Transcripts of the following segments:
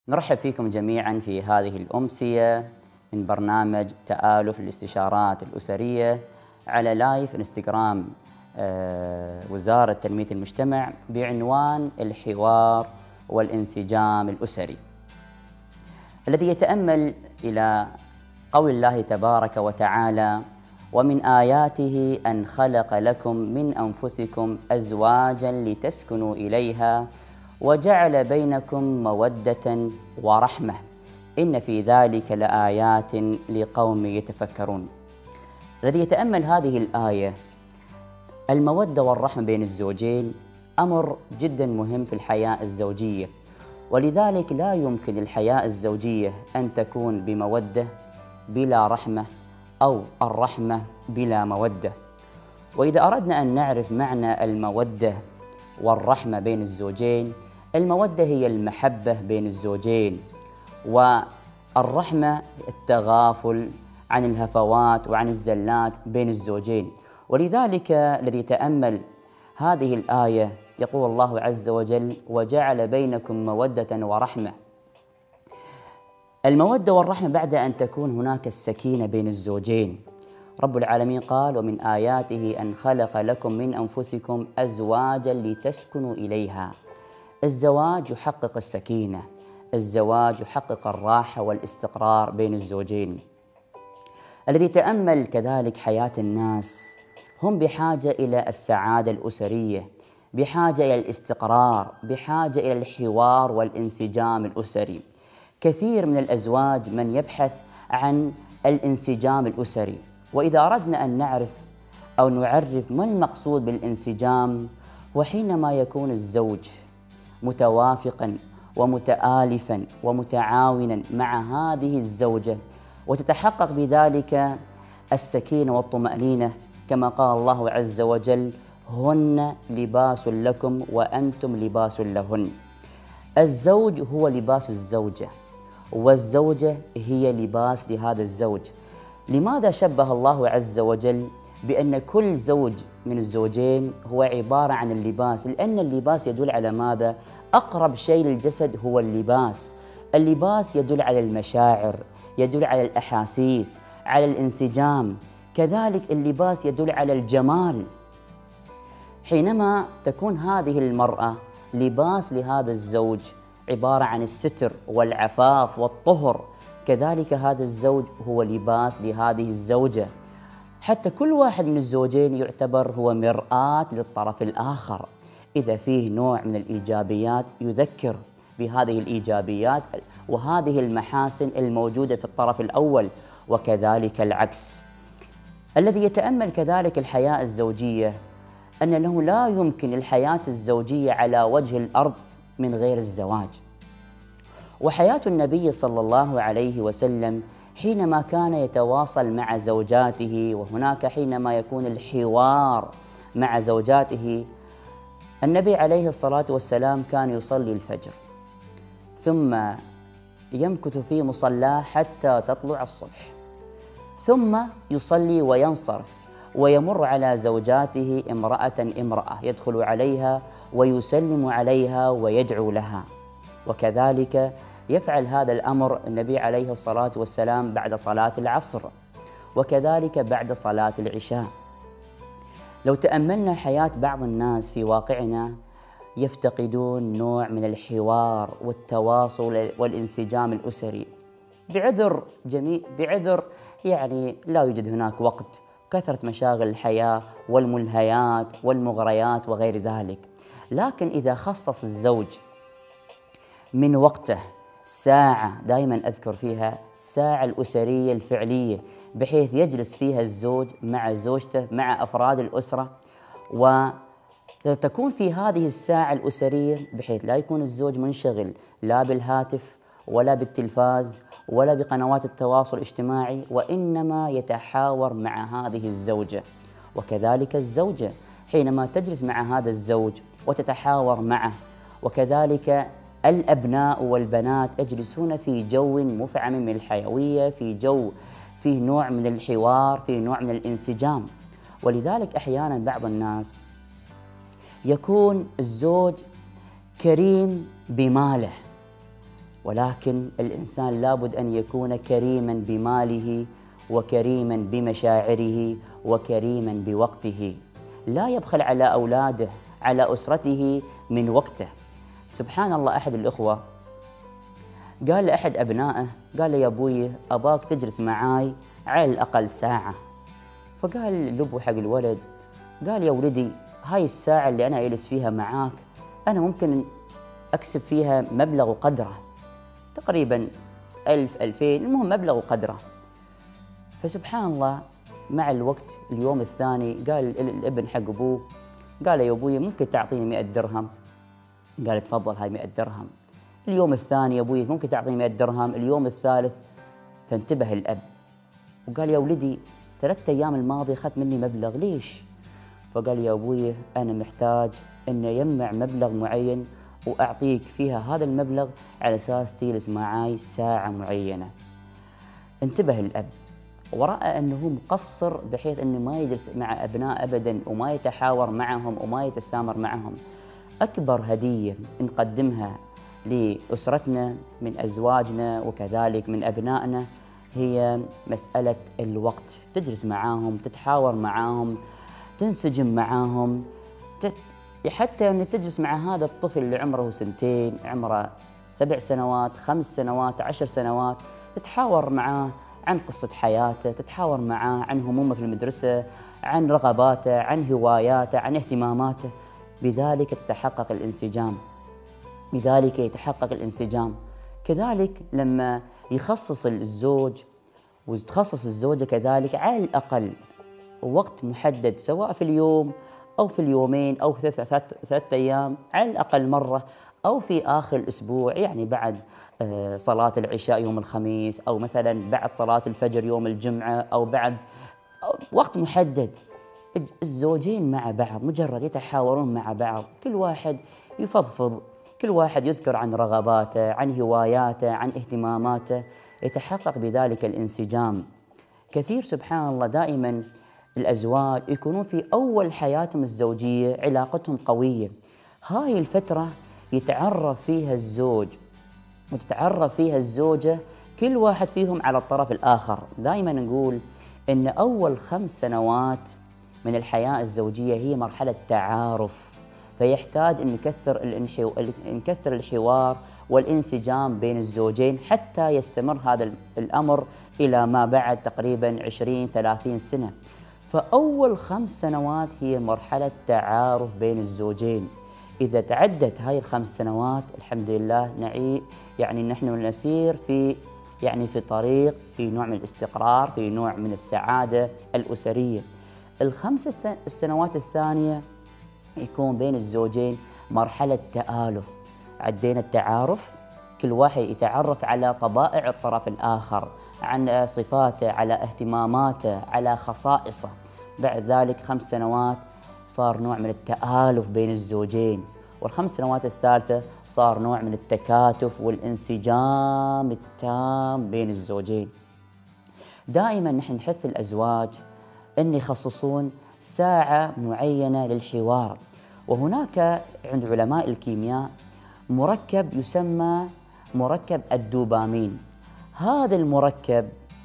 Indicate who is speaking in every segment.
Speaker 1: نرحب فيكم جميعا في هذه الأمسية من برنامج تآلف الاستشارات الأسرية على لايف انستغرام وزارة تنمية المجتمع بعنوان الحوار والانسجام الأسري، الذي يتأمل إلى قول الله تبارك وتعالى: ومن آياته أن خلق لكم من أنفسكم أزواجا لتسكنوا إليها وجعل بينكم مودة ورحمة إن في ذلك لآيات لقوم يتفكرون. الذي يتأمل هذه الآية، المودة والرحمة بين الزوجين أمر جدا مهم في الحياة الزوجية، ولذلك لا يمكن الحياة الزوجية أن تكون بمودة بلا رحمة أو الرحمة بلا مودة. وإذا أردنا أن نعرف معنى المودة والرحمة بين الزوجين، المودة هي المحبة بين الزوجين، والرحمة التغافل عن الهفوات وعن الزلات بين الزوجين. ولذلك الذي يتأمل هذه الآية يقول الله عز وجل: وجعل بينكم مودة ورحمة. المودة والرحمة بعد أن تكون هناك السكينة بين الزوجين. رب العالمين قال: ومن آياته أن خلق لكم من أنفسكم أزواجا لتسكنوا إليها. الزواج يحقق السكينة، الزواج يحقق الراحة والاستقرار بين الزوجين. الذي يتأمل كذلك حياة الناس، هم بحاجة إلى السعادة الأسرية، بحاجة إلى الاستقرار، بحاجة إلى الحوار والانسجام الأسري. كثير من الأزواج من يبحث عن الانسجام الأسري، وإذا أردنا أن نعرف أو نعرف ما المقصود بالانسجام، وحينما يكون الزوج متوافقا ومتآلفا ومتعاونا مع هذه الزوجة، وتتحقق بذلك السكينة والطمأنينة، كما قال الله عز وجل: هن لباس لكم وأنتم لباس لهن. الزوج هو لباس الزوجة، والزوجة هي لباس لهذا الزوج. لماذا شبه الله عز وجل بأن كل زوج من الزوجين هو عبارة عن اللباس؟ لأن اللباس يدل على ماذا؟ أقرب شيء للجسد هو اللباس. اللباس يدل على المشاعر، يدل على الأحاسيس، على الانسجام. كذلك اللباس يدل على الجمال. حينما تكون هذه المرأة لباس لهذا الزوج عبارة عن الستر والعفاف والطهر، كذلك هذا الزوج هو لباس لهذه الزوجة. حتى كل واحد من الزوجين يعتبر هو مرآة للطرف الآخر. إذا فيه نوع من الإيجابيات يذكر بهذه الإيجابيات وهذه المحاسن الموجودة في الطرف الأول، وكذلك العكس. الذي يتأمل كذلك الحياة الزوجية، أنه لا يمكن الحياة الزوجية على وجه الأرض من غير الزواج. وحياة النبي صلى الله عليه وسلم حينما كان يتواصل مع زوجاته، وهناك حينما يكون الحوار مع زوجاته، النبي عليه الصلاة والسلام كان يصلي الفجر ثم يمكث في مصلاه حتى تطلع الصبح، ثم يصلي وينصرف ويمر على زوجاته امرأة يدخل عليها ويسلم عليها ويدعو لها. وكذلك يفعل هذا الأمر النبي عليه الصلاة والسلام بعد صلاة العصر، وكذلك بعد صلاة العشاء. لو تأملنا حياة بعض الناس في واقعنا، يفتقدون نوع من الحوار والتواصل والانسجام الأسري بعذر يعني لا يوجد هناك وقت، كثرة مشاغل الحياة والملهيات والمغريات وغير ذلك. لكن إذا خصص الزوج من وقته ساعة، دائما أذكر فيها الساعة الأسرية الفعلية، بحيث يجلس فيها الزوج مع زوجته مع أفراد الأسرة، وتكون في هذه الساعة الأسرية بحيث لا يكون الزوج منشغل لا بالهاتف ولا بالتلفاز ولا بقنوات التواصل الاجتماعي، وإنما يتحاور مع هذه الزوجة. وكذلك الزوجة حينما تجلس مع هذا الزوج وتتحاور معه، وكذلك الأبناء والبنات يجلسون في جو مفعم من الحيوية، في جو فيه نوع من الحوار، فيه نوع من الانسجام. ولذلك أحيانا بعض الناس يكون الزوج كريم بماله، ولكن الإنسان لابد أن يكون كريما بماله وكريما بمشاعره وكريما بوقته، لا يبخل على أولاده على أسرته من وقته. سبحان الله، أحد الأخوة قال لأحد أبنائه، قال له يا أبوي أباك تجلس معاي على الأقل ساعة. فقال الأبو حق الولد، قال يا ولدي هاي الساعة اللي أنا أجلس فيها معاك أنا ممكن أكسب فيها مبلغ وقدره، تقريبا 1000 2000، المهم مبلغ وقدره. فسبحان الله مع الوقت اليوم الثاني قال الابن حق أبوه، قال يا أبوي ممكن تعطيني 100 درهم؟ قال تفضل هاي 100 درهم. اليوم الثاني يا أبوي ممكن تعطيني 100 درهم؟ اليوم الثالث. فانتبه الأب وقال يا ولدي 3 أيام الماضية أخذت مني مبلغ، ليش؟ فقال يا أبوي أنا محتاج أن يجمع مبلغ معين وأعطيك فيها هذا المبلغ على أساس تجلس معاي ساعة معينة. انتبه الأب ورأى أنه مقصر بحيث أنه ما يجلس مع أبناء أبدا وما يتحاور معهم وما يتسامر معهم. أكبر هدية نقدمها لأسرتنا من أزواجنا وكذلك من أبنائنا هي مسألة الوقت، تجلس معاهم، تتحاور معاهم، تنسجم معاهم، حتى أن تجلس مع هذا الطفل اللي عمره 2 عمره 7 سنوات 5 سنوات 10 سنوات، تتحاور معاه عن قصة حياته، تتحاور معاه عن همومه في المدرسة، عن رغباته، عن هواياته، عن اهتماماته. بذلك تتحقق الانسجام، بذلك يتحقق الانسجام. كذلك لما يخصص الزوج وتخصص الزوجة كذلك على الأقل وقت محدد، سواء في اليوم أو في اليومين أو في 3 أيام، على الأقل مرة، أو في آخر الأسبوع، يعني بعد صلاة العشاء يوم الخميس، أو مثلا بعد صلاة الفجر يوم الجمعة، أو بعد وقت محدد. الزوجين مع بعض مجرد يتحاورون مع بعض، كل واحد يفضفض، كل واحد يذكر عن رغباته، عن هواياته، عن اهتماماته، يتحقق بذلك الانسجام. كثير سبحان الله دائما الأزواج يكونون في أول حياتهم الزوجية علاقتهم قوية، هاي الفترة يتعرف فيها الزوج وتتعرف فيها الزوجة كل واحد فيهم على الطرف الآخر. دائما نقول إن أول 5 سنوات من الحياة الزوجية هي مرحلة تعارف، فيحتاج أن نكثر الحوار والانسجام بين الزوجين حتى يستمر هذا الأمر إلى ما بعد تقريبا 20-30 سنة. فأول 5 سنوات هي مرحلة تعارف بين الزوجين. إذا تعدت هاي ال5 سنوات الحمد لله يعني نحن نسير في طريق، في نوع من الاستقرار، في نوع من السعادة الأسرية. ال5 السنوات الثانية يكون بين الزوجين مرحلة تآلف. عدينا التعارف، كل واحد يتعرف على طبائع الطرف الآخر، عن صفاته، على اهتماماته، على خصائصه. بعد ذلك 5 سنوات صار نوع من التآلف بين الزوجين، وال5 سنوات الثالثة صار نوع من التكاتف والانسجام التام بين الزوجين. دائما نحن نحث الأزواج أن يخصصون ساعة معينة للحوار. وهناك عند علماء الكيمياء مركب يسمى مركب الدوبامين. هذا المركب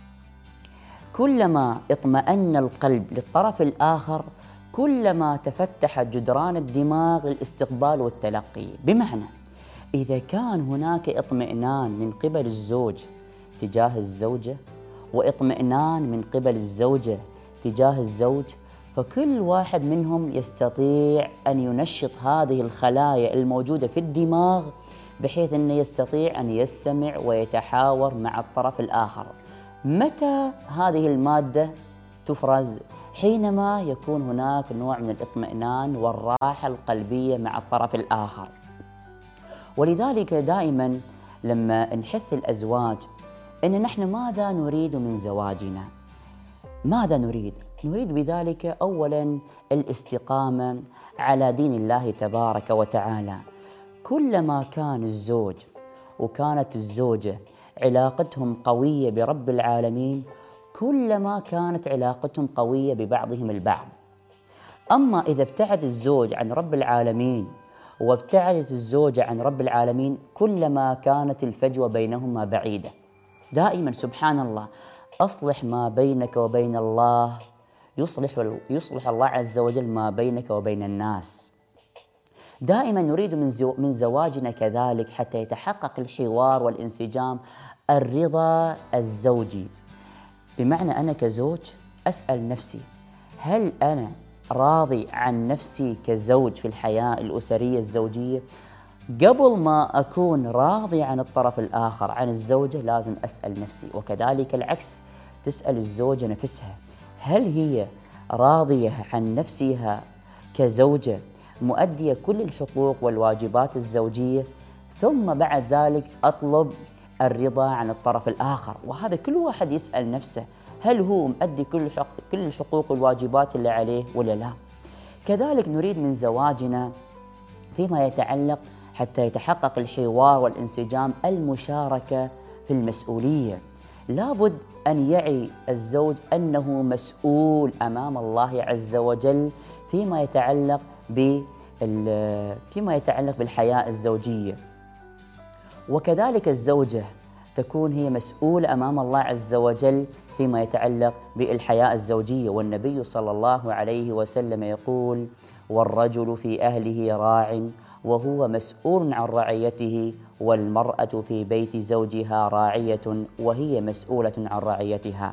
Speaker 1: كلما اطمأن القلب للطرف الآخر كلما تفتح جدران الدماغ للاستقبال والتلقي. بمعنى إذا كان هناك اطمئنان من قبل الزوج تجاه الزوجة واطمئنان من قبل الزوجة تجاه الزوج، فكل واحد منهم يستطيع أن ينشط هذه الخلايا الموجودة في الدماغ بحيث أنه يستطيع أن يستمع ويتحاور مع الطرف الآخر. متى هذه المادة تفرز؟ حينما يكون هناك نوع من الاطمئنان والراحة القلبية مع الطرف الآخر. ولذلك دائما لما نحث الأزواج أن نحن ماذا نريد من زواجنا؟ ماذا نريد؟ نريد بذلك أولا الاستقامة على دين الله تبارك وتعالى. كلما كان الزوج وكانت الزوجة علاقتهم قوية برب العالمين كلما كانت علاقتهم قوية ببعضهم البعض. أما إذا ابتعد الزوج عن رب العالمين وابتعدت الزوجة عن رب العالمين كلما كانت الفجوة بينهما بعيدة. دائما سبحان الله، أصلح ما بينك وبين الله يصلح الله عز وجل ما بينك وبين الناس. دائما نريد من زواجنا كذلك حتى يتحقق الحوار والانسجام الرضا الزوجي. بمعنى أنا كزوج أسأل نفسي، هل أنا راضي عن نفسي كزوج في الحياة الأسرية الزوجية؟ قبل ما أكون راضي عن الطرف الآخر، عن الزوجة، لازم أسأل نفسي. وكذلك العكس، تسأل الزوجة نفسها، هل هي راضية عن نفسها كزوجة مؤدية كل الحقوق والواجبات الزوجية؟ ثم بعد ذلك أطلب الرضا عن الطرف الآخر. وهذا كل واحد يسأل نفسه، هل هو مؤدي كل الحقوق والواجبات اللي عليه ولا لا؟ كذلك نريد من زواجنا فيما يتعلق حتى يتحقق الحوار والانسجام المشاركة في المسؤولية. لابد أن يعي الزوج أنه مسؤول أمام الله عز وجل فيما يتعلق بالحياة الزوجية. وكذلك الزوجة تكون هي مسؤولة أمام الله عز وجل فيما يتعلق بالحياة الزوجية. والنبي صلى الله عليه وسلم يقول: والرجل في أهله راع وهو مسؤول عن رعيته، والمرأة في بيت زوجها راعية وهي مسؤولة عن رعيتها.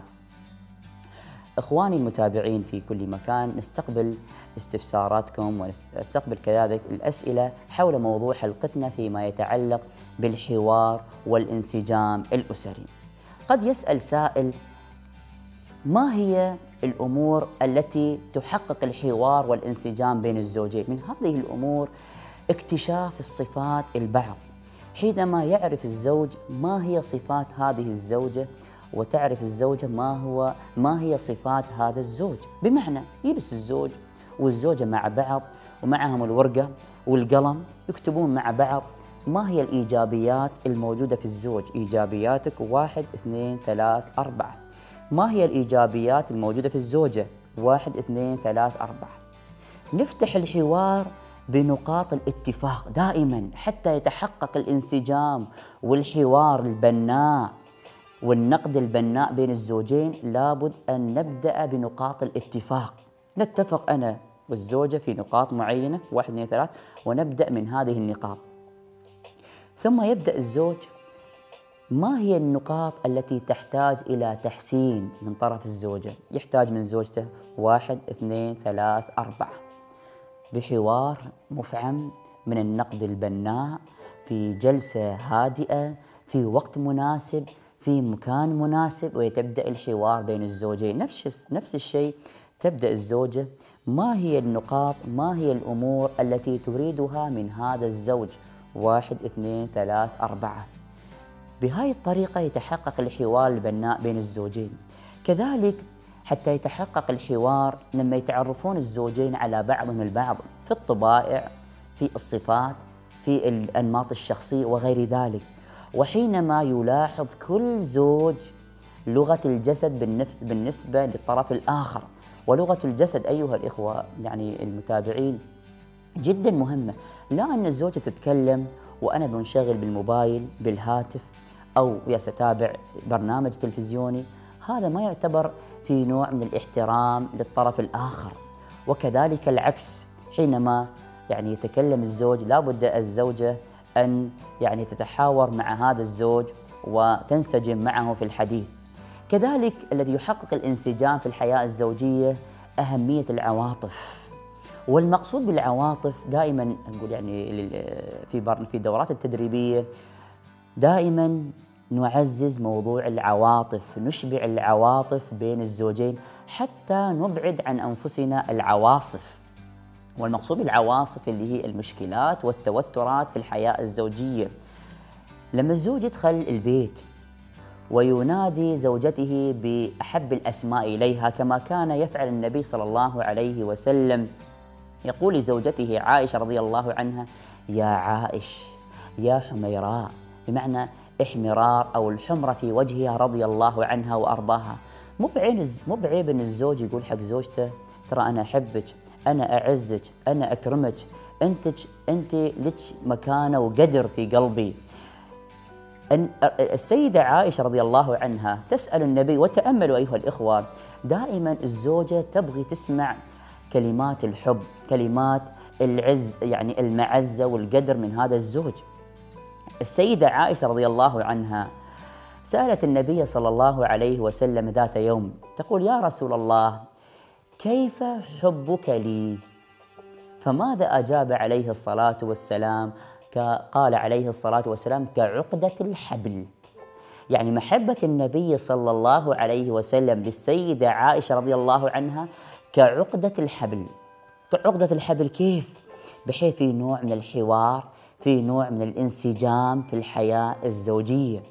Speaker 1: إخواني المتابعين في كل مكان، نستقبل استفساراتكم ونستقبل كذلك الأسئلة حول موضوع حلقتنا فيما يتعلق بالحوار والانسجام الأسري. قد يسأل سائل: ما هي الأمور التي تحقق الحوار والانسجام بين الزوجين؟ من هذه الأمور اكتشاف الصفات البعض. حينما يعرف الزوج ما هي صفات هذه الزوجة، وتعرف الزوجة ما هي صفات هذا الزوج. بمعنى يجلس الزوج والزوجة مع بعض ومعهم الورقة والقلم، يكتبون مع بعض ما هي الإيجابيات الموجودة في الزوج. إيجابياتك 1 2 3 4. ما هي الإيجابيات الموجودة في الزوجة؟ 1 2 3 4. نفتح الحوار بنقاط الاتفاق دائما حتى يتحقق الانسجام والحوار البناء والنقد البناء بين الزوجين. لابد أن نبدأ بنقاط الاتفاق، نتفق أنا والزوجة في نقاط معينة 1 2 3، ونبدأ من هذه النقاط. ثم يبدأ الزوج، ما هي النقاط التي تحتاج إلى تحسين من طرف الزوجة؟ يحتاج من زوجته 1 2 3 4، بحوار مفعم من النقد البناء، في جلسة هادئة، في وقت مناسب، في مكان مناسب، ويتبدأ الحوار بين الزوجين. نفس الشيء تبدأ الزوجة، ما هي النقاط، ما هي الأمور التي تريدها من هذا الزوج؟ 1 2 3 4. بهاي الطريقة يتحقق الحوار البناء بين الزوجين. كذلك حتى يتحقق الحوار لما يتعرفون الزوجين على بعضهم البعض في الطبائع، في الصفات، في الأنماط الشخصية وغير ذلك. وحينما يلاحظ كل زوج لغة الجسد بالنسبة للطرف الآخر. ولغة الجسد أيها الإخوة يعني المتابعين جدا مهمة. لا أن الزوجة تتكلم وأنا منشغل بالموبايل بالهاتف أو سأتابع برنامج تلفزيوني، هذا ما يعتبر في نوع من الاحترام للطرف الآخر. وكذلك العكس، حينما يتكلم الزوج لابد الزوجة أن تتحاور مع هذا الزوج وتنسجم معه في الحديث. كذلك الذي يحقق الانسجام في الحياة الزوجية أهمية العواطف. والمقصود بالعواطف دائما نقول في الدورات التدريبية دائما نعزز موضوع العواطف، نشبع العواطف بين الزوجين حتى نبعد عن أنفسنا العواصف. والمقصود بالعواصف اللي هي المشكلات والتوترات في الحياة الزوجية. لما الزوج يدخل البيت وينادي زوجته بأحب الأسماء إليها كما كان يفعل النبي صلى الله عليه وسلم، يقول لزوجته عائشة رضي الله عنها: يا عائش، يا حميراء، بمعنى احمرار أو الحمرة في وجهها رضي الله عنها وأرضاها. مو بعيب أن الزوج يقول حق زوجته: ترى أنا أحبك، أنا أعزك، أنا أكرمك، أنت لك مكانة وقدر في قلبي. السيدة عائشة رضي الله عنها تسأل النبي، وتأملوا أيها الإخوة، دائما الزوجة تبغي تسمع كلمات الحب، كلمات العز، يعني المعزة والقدر من هذا الزوج. السيدة عائشة رضي الله عنها سألت النبي صلى الله عليه وسلم ذات يوم، تقول: يا رسول الله، كيف حبك لي؟ فماذا أجاب عليه الصلاة والسلام؟ قال عليه الصلاة والسلام: كعقدة الحبل. يعني محبة النبي صلى الله عليه وسلم للسيدة عائشة رضي الله عنها كعقدة الحبل. كعقدة الحبل كيف؟ بحيث في نوع من الحوار، في نوع من الانسجام في الحياة الزوجية.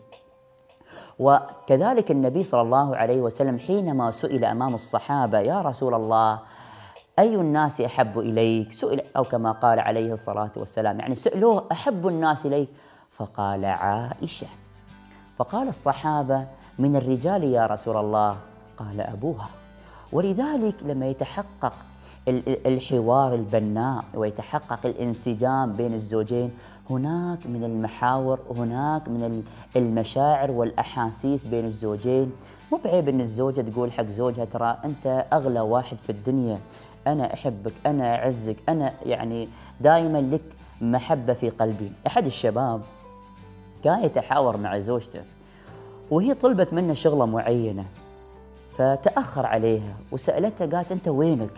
Speaker 1: وكذلك النبي صلى الله عليه وسلم حينما سئل أمام الصحابة: يا رسول الله، أي الناس أحب إليك؟ سئل، أو كما قال عليه الصلاة والسلام، يعني سألوه: أحب الناس إليك؟ فقال: عائشة. فقال الصحابة: من الرجال يا رسول الله؟ قال: أبوها. ولذلك لما يتحقق الحوار البناء ويتحقق الانسجام بين الزوجين، هناك من المحاور، هناك من المشاعر والأحاسيس بين الزوجين. مو بعيب أن الزوجة تقول حق زوجها: ترى أنت أغلى واحد في الدنيا، أنا أحبك، أنا أعزك، أنا يعني دائما لك محبة في قلبي. أحد الشباب كان يتحاور مع زوجته، وهي طلبت منه شغلة معينة، فتأخر عليها وسألتها، قالت: أنت وينك؟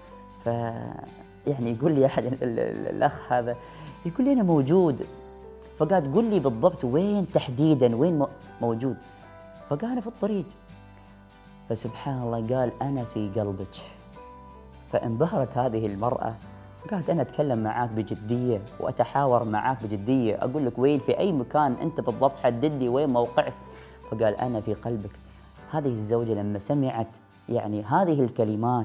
Speaker 1: يعني يقول لي أحد الأخ هذا، يقول لي: أنا موجود. فقالت: قل لي بالضبط وين تحديدا، وين موجود؟ فقال: أنا في الطريق. فسبحان الله قال: أنا في قلبك. فانبهرت هذه المرأة، قالت: أنا أتكلم معاك بجدية وأتحاور معاك بجدية، أقول لك وين، في أي مكان أنت بالضبط، حدد لي وين موقعك. فقال: أنا في قلبك. هذه الزوجة لما سمعت يعني هذه الكلمات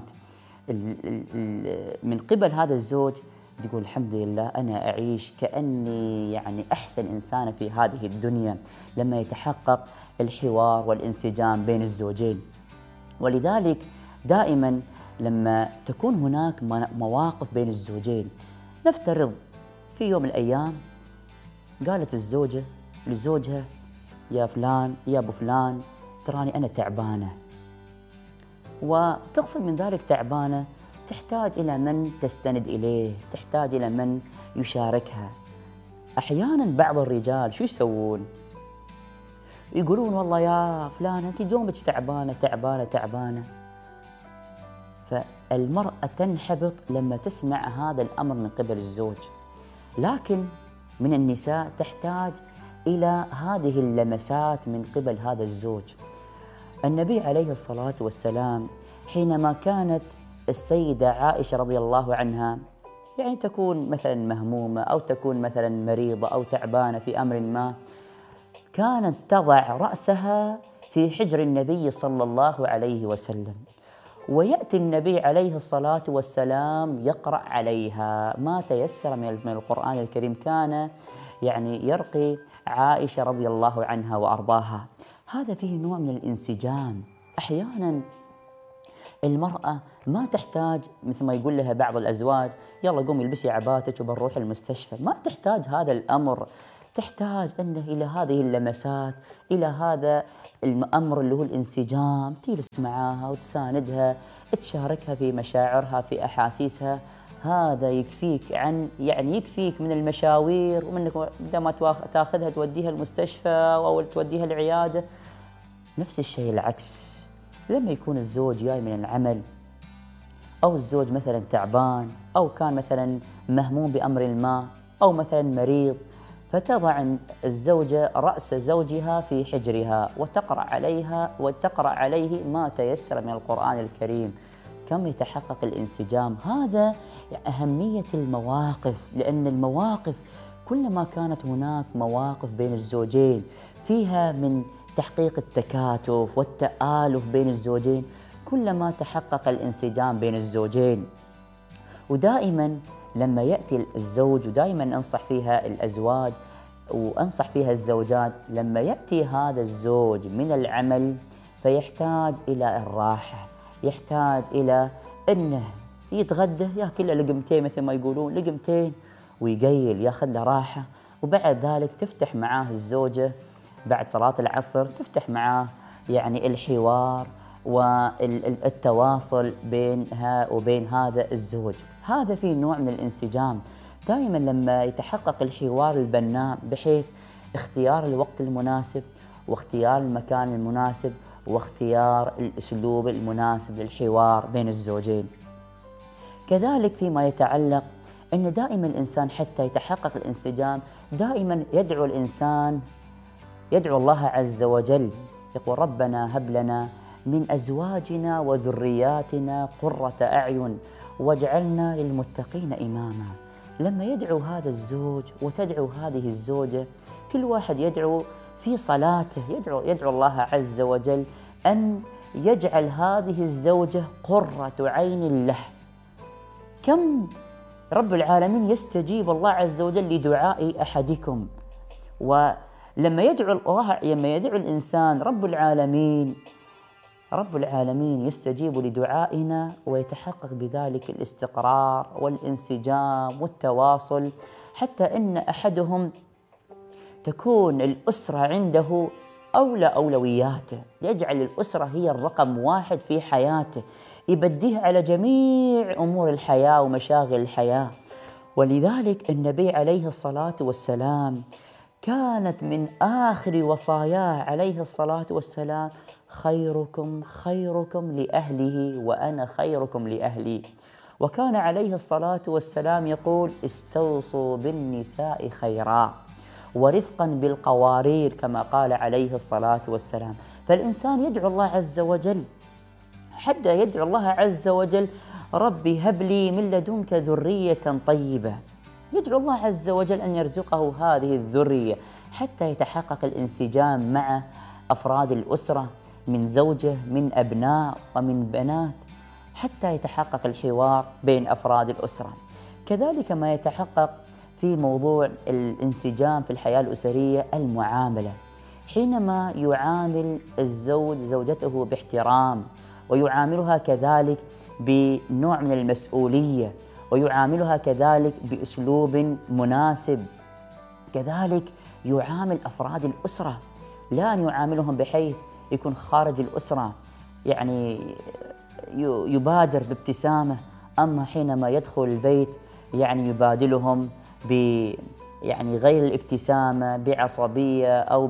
Speaker 1: من قبل هذا الزوج، تقول: الحمد لله، أنا أعيش كأني يعني أحسن إنسانة في هذه الدنيا، لما يتحقق الحوار والانسجام بين الزوجين. ولذلك دائما لما تكون هناك مواقف بين الزوجين، نفترض في يوم من الأيام قالت الزوجة لزوجها: يا فلان، يا أبو فلان، تراني أنا تعبانة. وتقصد من ذلك تعبانة تحتاج إلى من تستند إليه، تحتاج إلى من يشاركها. أحيانا بعض الرجال شو يسوون؟ يقولون: والله يا فلان، أنت دومك تعبانة تعبانة تعبانة. فالمرأة تنحبط لما تسمع هذا الأمر من قبل الزوج. لكن من النساء تحتاج إلى هذه اللمسات من قبل هذا الزوج. النبي عليه الصلاة والسلام حينما كانت السيدة عائشة رضي الله عنها يعني تكون مثلا مهمومة أو تكون مثلا مريضة أو تعبانة في أمر ما، كانت تضع رأسها في حجر النبي صلى الله عليه وسلم، ويأتي النبي عليه الصلاة والسلام يقرأ عليها ما تيسر من القرآن الكريم. كان يعني يرقي عائشة رضي الله عنها وأرضاها. هذا فيه نوع من الانسجام. أحيانا المرأة ما تحتاج مثل ما يقول لها بعض الأزواج: يلا قومي البسي عباتك وبنروح المستشفى. ما تحتاج هذا الأمر، تحتاج أنه إلى هذه اللمسات، إلى هذا الأمر اللي هو الانسجام، تجلس معاها وتساندها، تشاركها في مشاعرها، في أحاسيسها. هذا يكفيك يعني يكفيك من المشاوير، ومنك عندما تاخذها توديها المستشفى أو توديها العيادة. نفس الشيء العكس، لما يكون الزوج جاي من العمل، أو الزوج مثلا تعبان، أو كان مثلا مهموم بأمر ما، أو مثلا مريض، فتضع الزوجة رأس زوجها في حجرها وتقرأ عليه ما تيسر من القرآن الكريم. كم يتحقق الانسجام. هذا أهمية المواقف، لأن المواقف كلما كانت هناك مواقف بين الزوجين فيها من تحقيق التكاتف والتآلف بين الزوجين، كلما تحقق الانسجام بين الزوجين. ودائما لما يأتي الزوج، ودائما أنصح فيها الأزواج وأنصح فيها الزوجات، لما يأتي هذا الزوج من العمل فيحتاج إلى الراحة، يحتاج إلى أنه يتغدى ياكل له لقمتين مثل ما يقولون، لقمتين ويقيل ياخذ له راحة. وبعد ذلك تفتح معاه الزوجة بعد صلاة العصر، تفتح معاه يعني الحوار والتواصل بينها وبين هذا الزوج. هذا فيه نوع من الانسجام. دائما لما يتحقق الحوار البناء بحيث اختيار الوقت المناسب واختيار المكان المناسب واختيار الأسلوب المناسب للحوار بين الزوجين. كذلك فيما يتعلق أن دائما الإنسان حتى يتحقق الانسجام دائما يدعو الإنسان، يدعو الله عز وجل، يقول ربنا هب لنا من أزواجنا وذرياتنا قرة أعين واجعلنا للمتقين إماما. لما يدعو هذا الزوج وتدعو هذه الزوجة، كل واحد يدعو في صلاته، يدعو الله عز وجل أن يجعل هذه الزوجة قرة عين له. كم رب العالمين يستجيب الله عز وجل لدعاء أحدكم. ولما يدعو الله، لما يدعو الإنسان رب العالمين يستجيب لدعائنا ويتحقق بذلك الاستقرار والانسجام والتواصل، حتى إن أحدهم تكون الأسرة عنده أولى أولوياته، يجعل الأسرة هي الرقم واحد في حياته، يبديها على جميع أمور الحياة ومشاغل الحياة. ولذلك النبي عليه الصلاة والسلام كانت من آخر وصاياه عليه الصلاة والسلام خيركم لأهله وأنا خيركم لأهلي. وكان عليه الصلاة والسلام يقول استوصوا بالنساء خيرا ورفقا بالقوارير كما قال عليه الصلاة والسلام. فالإنسان يدعو الله عز وجل، حتى يدعو الله عز وجل ربي هب لي من لدنك ذرية طيبة، يدعو الله عز وجل أن يرزقه هذه الذرية حتى يتحقق الانسجام مع أفراد الأسرة من زوجة من أبناء ومن بنات، حتى يتحقق الحوار بين أفراد الأسرة. كذلك ما يتحقق في موضوع الانسجام في الحياة الأسرية المعاملة، حينما يعامل الزوج زوجته باحترام ويعاملها كذلك بنوع من المسؤولية ويعاملها كذلك بأسلوب مناسب. كذلك يعامل أفراد الأسرة، لا أن يعاملهم بحيث يكون خارج الأسرة يعني يبادر بابتسامة، أما حينما يدخل البيت يعني يبادلهم يعني غير الابتسامة، بعصبية أو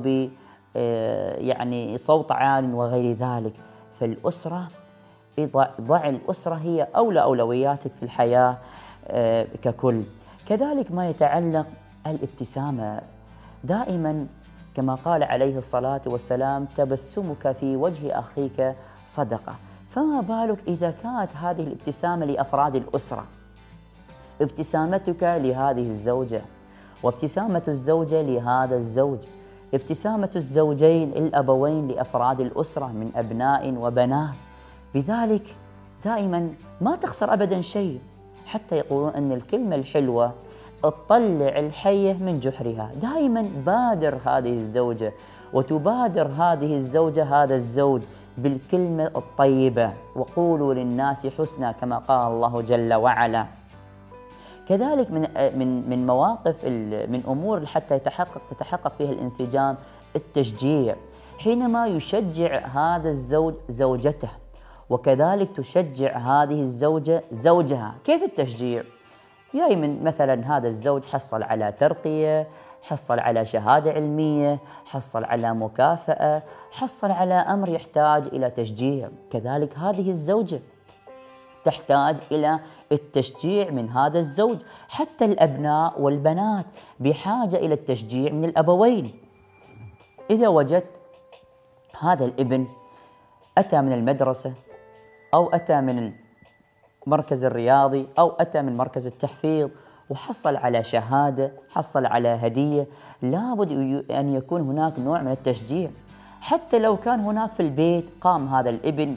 Speaker 1: يعني صوت عال وغير ذلك. فالأسرة ضع الأسرة هي أولى أولوياتك في الحياة ككل. كذلك ما يتعلق الابتسامة، دائما كما قال عليه الصلاة والسلام تبسمك في وجه أخيك صدقة. فما بالك إذا كانت هذه الابتسامة لأفراد الأسرة، ابتسامتك لهذه الزوجة وابتسامة الزوجة لهذا الزوج، ابتسامة الزوجين الأبوين لأفراد الأسرة من أبناء وبنات. بذلك دائما ما تخسر أبدا شيء. حتى يقولون أن الكلمة الحلوة تطلع الحية من جحرها. دائما بادر هذه الزوجة وتبادر هذه الزوجة هذا الزوج بالكلمة الطيبة، وقولوا للناس حسنا كما قال الله جل وعلا. كذلك من مواقف من أمور حتى تتحقق فيها الانسجام التشجيع، حينما يشجع هذا الزوج زوجته وكذلك تشجع هذه الزوجة زوجها. كيف التشجيع؟ يعني من مثلا هذا الزوج حصل على ترقية، حصل على شهادة علمية، حصل على مكافأة، حصل على أمر يحتاج إلى تشجيع، كذلك هذه الزوجة تحتاج إلى التشجيع من هذا الزوج. حتى الأبناء والبنات بحاجة إلى التشجيع من الأبوين. إذا وجدت هذا الابن أتى من المدرسة أو أتى من المركز الرياضي أو أتى من مركز التحفيظ وحصل على شهادة، حصل على هدية، لابد أن يكون هناك نوع من التشجيع. حتى لو كان هناك في البيت قام هذا الابن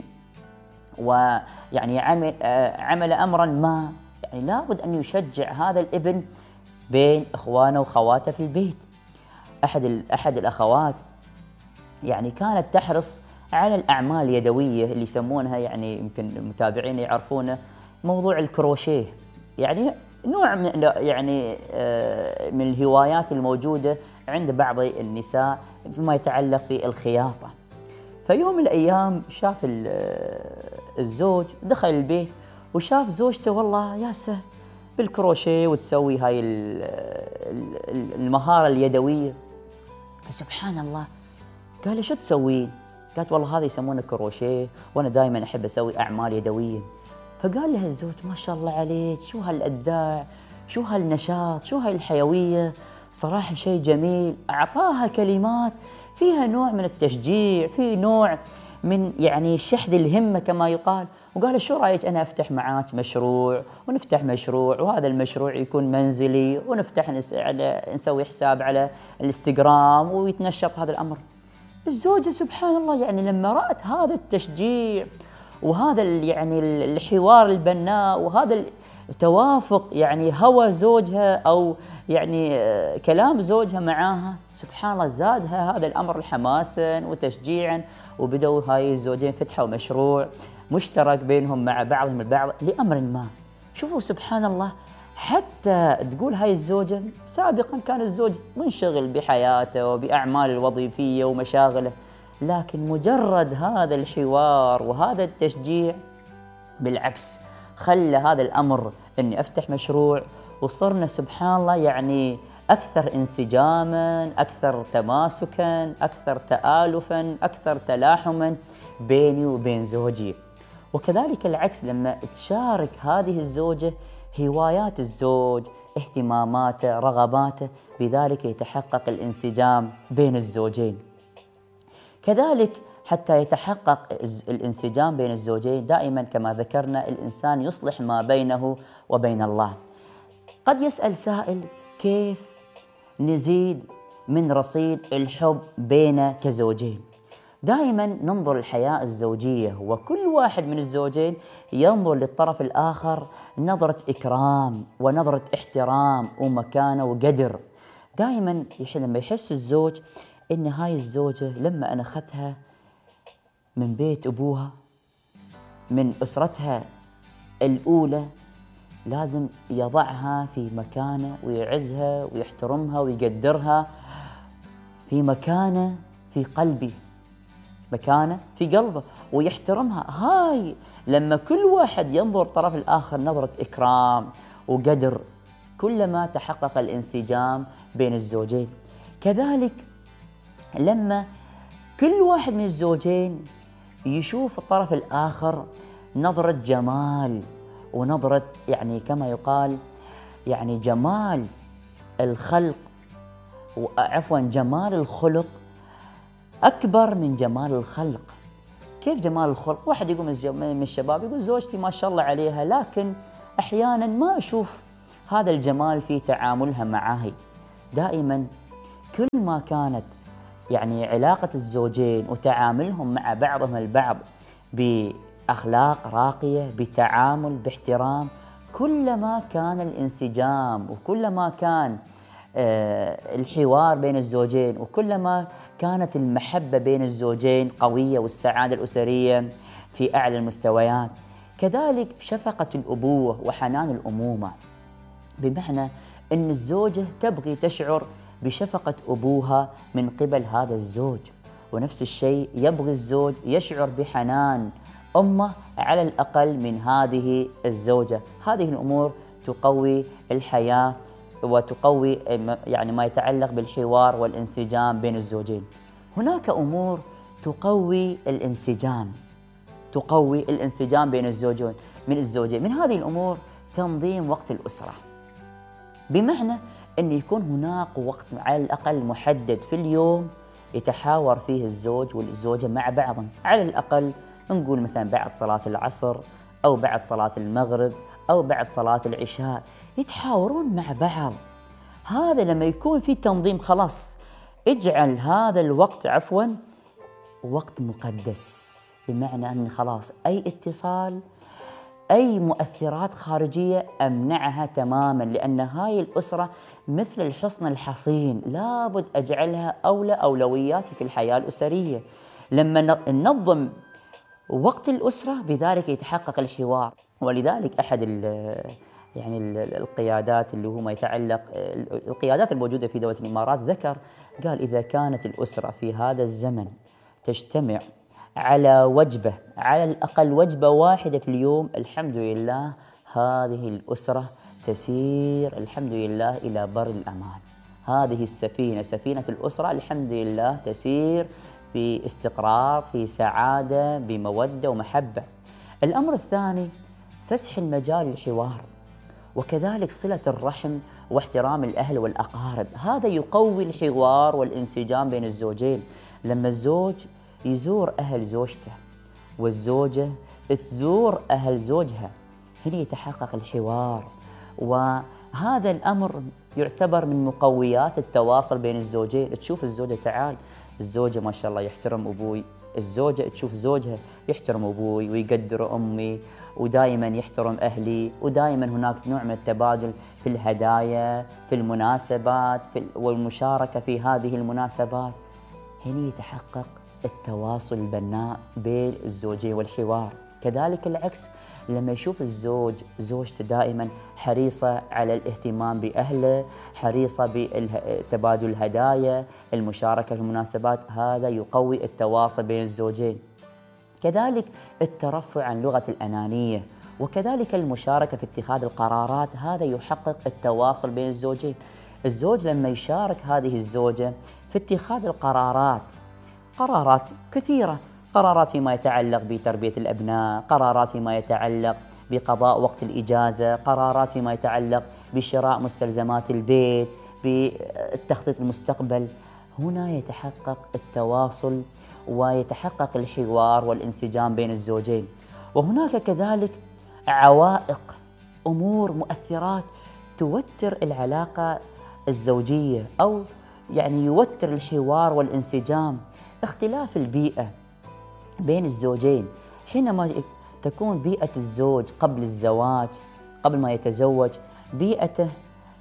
Speaker 1: ويعني عمل أمرا ما، يعني لابد أن يشجع هذا الابن بين إخوانه وخواته في البيت. أحد الأخوات يعني كانت تحرص على الأعمال اليدوية اللي يسمونها، يعني يمكن المتابعين يعرفونه، موضوع الكروشيه، يعني نوع من من الهوايات الموجودة عند بعض النساء فيما يتعلق في الخياطة. فيوم من الأيام شاف الزوج دخل البيت وشاف زوجته والله ياسه بالكروشيه وتسوي هاي المهارة اليدوية. فسبحان الله قال له شو تسوين؟ قالت والله هذا يسمونه كروشيه وأنا دائما أحب أسوي أعمال يدوية. فقال لها الزوج ما شاء الله عليك، شو هالإبداع، شو هالنشاط، شو هالحيوية، صراحة شيء جميل. أعطاها كلمات فيها نوع من التشجيع، في نوع من شحذ الهمة كما يقال. وقال شو رأيك أنا أفتح معاك مشروع، ونفتح مشروع، وهذا المشروع يكون منزلي، ونفتح نسوي حساب على الانستغرام ويتنشط هذا الأمر. الزوجة سبحان الله لما رأت هذا التشجيع وهذا الحوار البناء وهذا التوافق هوى زوجها أو كلام زوجها معاها، سبحان الله زادها هذا الأمر حماسا وتشجيعا، وبدأوا هاي الزوجين فتحوا مشروع مشترك بينهم مع بعضهم البعض لأمر ما. شوفوا سبحان الله، حتى تقول هاي الزوجة سابقا كان الزوج منشغل بحياته وبأعماله الوظيفية ومشاغله، لكن مجرد هذا الحوار وهذا التشجيع بالعكس خلى هذا الأمر أني أفتح مشروع، وصرنا سبحان الله أكثر انسجاما، أكثر تماسكا، أكثر تآلفا، أكثر تلاحما بيني وبين زوجي. وكذلك العكس لما تشارك هذه الزوجة هوايات الزوج، اهتماماته، رغباته، بذلك يتحقق الانسجام بين الزوجين. كذلك حتى يتحقق الانسجام بين الزوجين دائما كما ذكرنا الإنسان يصلح ما بينه وبين الله. قد يسأل سائل كيف نزيد من رصيد الحب بين كزوجين؟ دائما ننظر الحياة الزوجية وكل واحد من الزوجين ينظر للطرف الآخر نظرة إكرام ونظرة احترام ومكانة وقدر. دائما لما يحس الزوج إن هاي الزوجة لما أنا أخذتها من بيت أبوها من أسرتها الأولى لازم يضعها في مكانة ويعزها ويحترمها ويقدرها في مكانة في قلبي، مكانة في قلبه ويحترمها. هاي لما كل واحد ينظر طرف الآخر نظرة إكرام وقدر كلما تحقق الانسجام بين الزوجين. كذلك لما كل واحد من الزوجين يشوف الطرف الآخر نظرة جمال ونظرة كما يقال جمال الخلق جمال الخلق أكبر من جمال الخلق. كيف جمال الخلق؟ واحد يقول من الشباب يقول زوجتي ما شاء الله عليها، لكن أحيانا ما أشوف هذا الجمال في تعاملها معي. دائما كل ما كانت علاقة الزوجين وتعاملهم مع بعضهم البعض بأخلاق راقية، بتعامل، باحترام، كلما كان الانسجام وكلما كان الحوار بين الزوجين وكلما كانت المحبة بين الزوجين قوية والسعادة الأسرية في أعلى المستويات. كذلك شفقة الأبوة وحنان الأمومة، بمعنى أن الزوجة تبغي تشعر بشفقة أبوها من قبل هذا الزوج، ونفس الشيء يبغي الزوج يشعر بحنان أمه على الأقل من هذه الزوجة. هذه الأمور تقوي الحياة وتقوي ما يتعلق بالحوار والانسجام بين الزوجين. هناك أمور تقوي الانسجام بين الزوجين. من هذه الأمور تنظيم وقت الأسرة، بمعنى أن يكون هناك وقت على الأقل محدد في اليوم يتحاور فيه الزوج والزوجة مع بعضهم، على الأقل نقول مثلا بعد صلاة العصر أو بعد صلاة المغرب أو بعد صلاة العشاء يتحاورون مع بعض. هذا لما يكون في تنظيم خلاص اجعل هذا الوقت وقت مقدس، بمعنى أن خلاص أي اتصال أي مؤثرات خارجية أمنعها تماما، لأن هاي الأسرة مثل الحصن الحصين لابد أجعلها أولى أولوياتي في الحياة الأسرية. لما ننظم وقت الأسرة بذلك يتحقق الحوار ولذلك أحد القيادات اللي هو ما يتعلق القيادات الموجودة في دولة الإمارات ذكر، قال إذا كانت الأسرة في هذا الزمن تجتمع على وجبة، على الأقل وجبة واحدة في اليوم، الحمد لله هذه الأسرة تسير الحمد لله إلى بر الأمان. هذه السفينة، سفينة الأسرة، الحمد لله تسير في استقرار، في سعادة، بمودة ومحبة. الأمر الثاني فسح المجال للحوار، وكذلك صلة الرحم واحترام الأهل والأقارب. هذا يقوي الحوار والانسجام بين الزوجين. لما الزوج يزور أهل زوجته والزوجة تزور أهل زوجها، هنا يتحقق الحوار، وهذا الأمر يعتبر من مقويات التواصل بين الزوجين. تشوف الزوجة، تعال الزوجة ما شاء الله يحترم أبوي، الزوجة تشوف زوجها يحترم أبوي ويقدر أمي ودائما يحترم أهلي، ودائما هناك نوع من التبادل في الهدايا، في المناسبات، والمشاركة في هذه المناسبات. هنا يتحقق التواصل البناء بين الزوجين والحوار. كذلك العكس، لما يشوف الزوج زوجته دائما حريصة على الاهتمام بأهله، حريصة بتبادل الهدايا، المشاركة في المناسبات، هذا يقوي التواصل بين الزوجين. كذلك الترفع عن لغة الأنانية، وكذلك المشاركة في اتخاذ القرارات، هذا يحقق التواصل بين الزوجين. الزوج لما يشارك هذه الزوجة في اتخاذ القرارات، قرارات كثيرة، قرارات فيما يتعلق بتربية الأبناء، قرارات فيما يتعلق بقضاء وقت الإجازة، قرارات فيما يتعلق بشراء مستلزمات البيت، بالتخطيط المستقبل، هنا يتحقق التواصل ويتحقق الحوار والانسجام بين الزوجين. وهناك كذلك عوائق، أمور، مؤثرات توتر العلاقة الزوجية، أو يوتر الحوار والانسجام. اختلاف البيئة بين الزوجين، حينما تكون بيئة الزوج قبل الزواج، قبل ما يتزوج، بيئته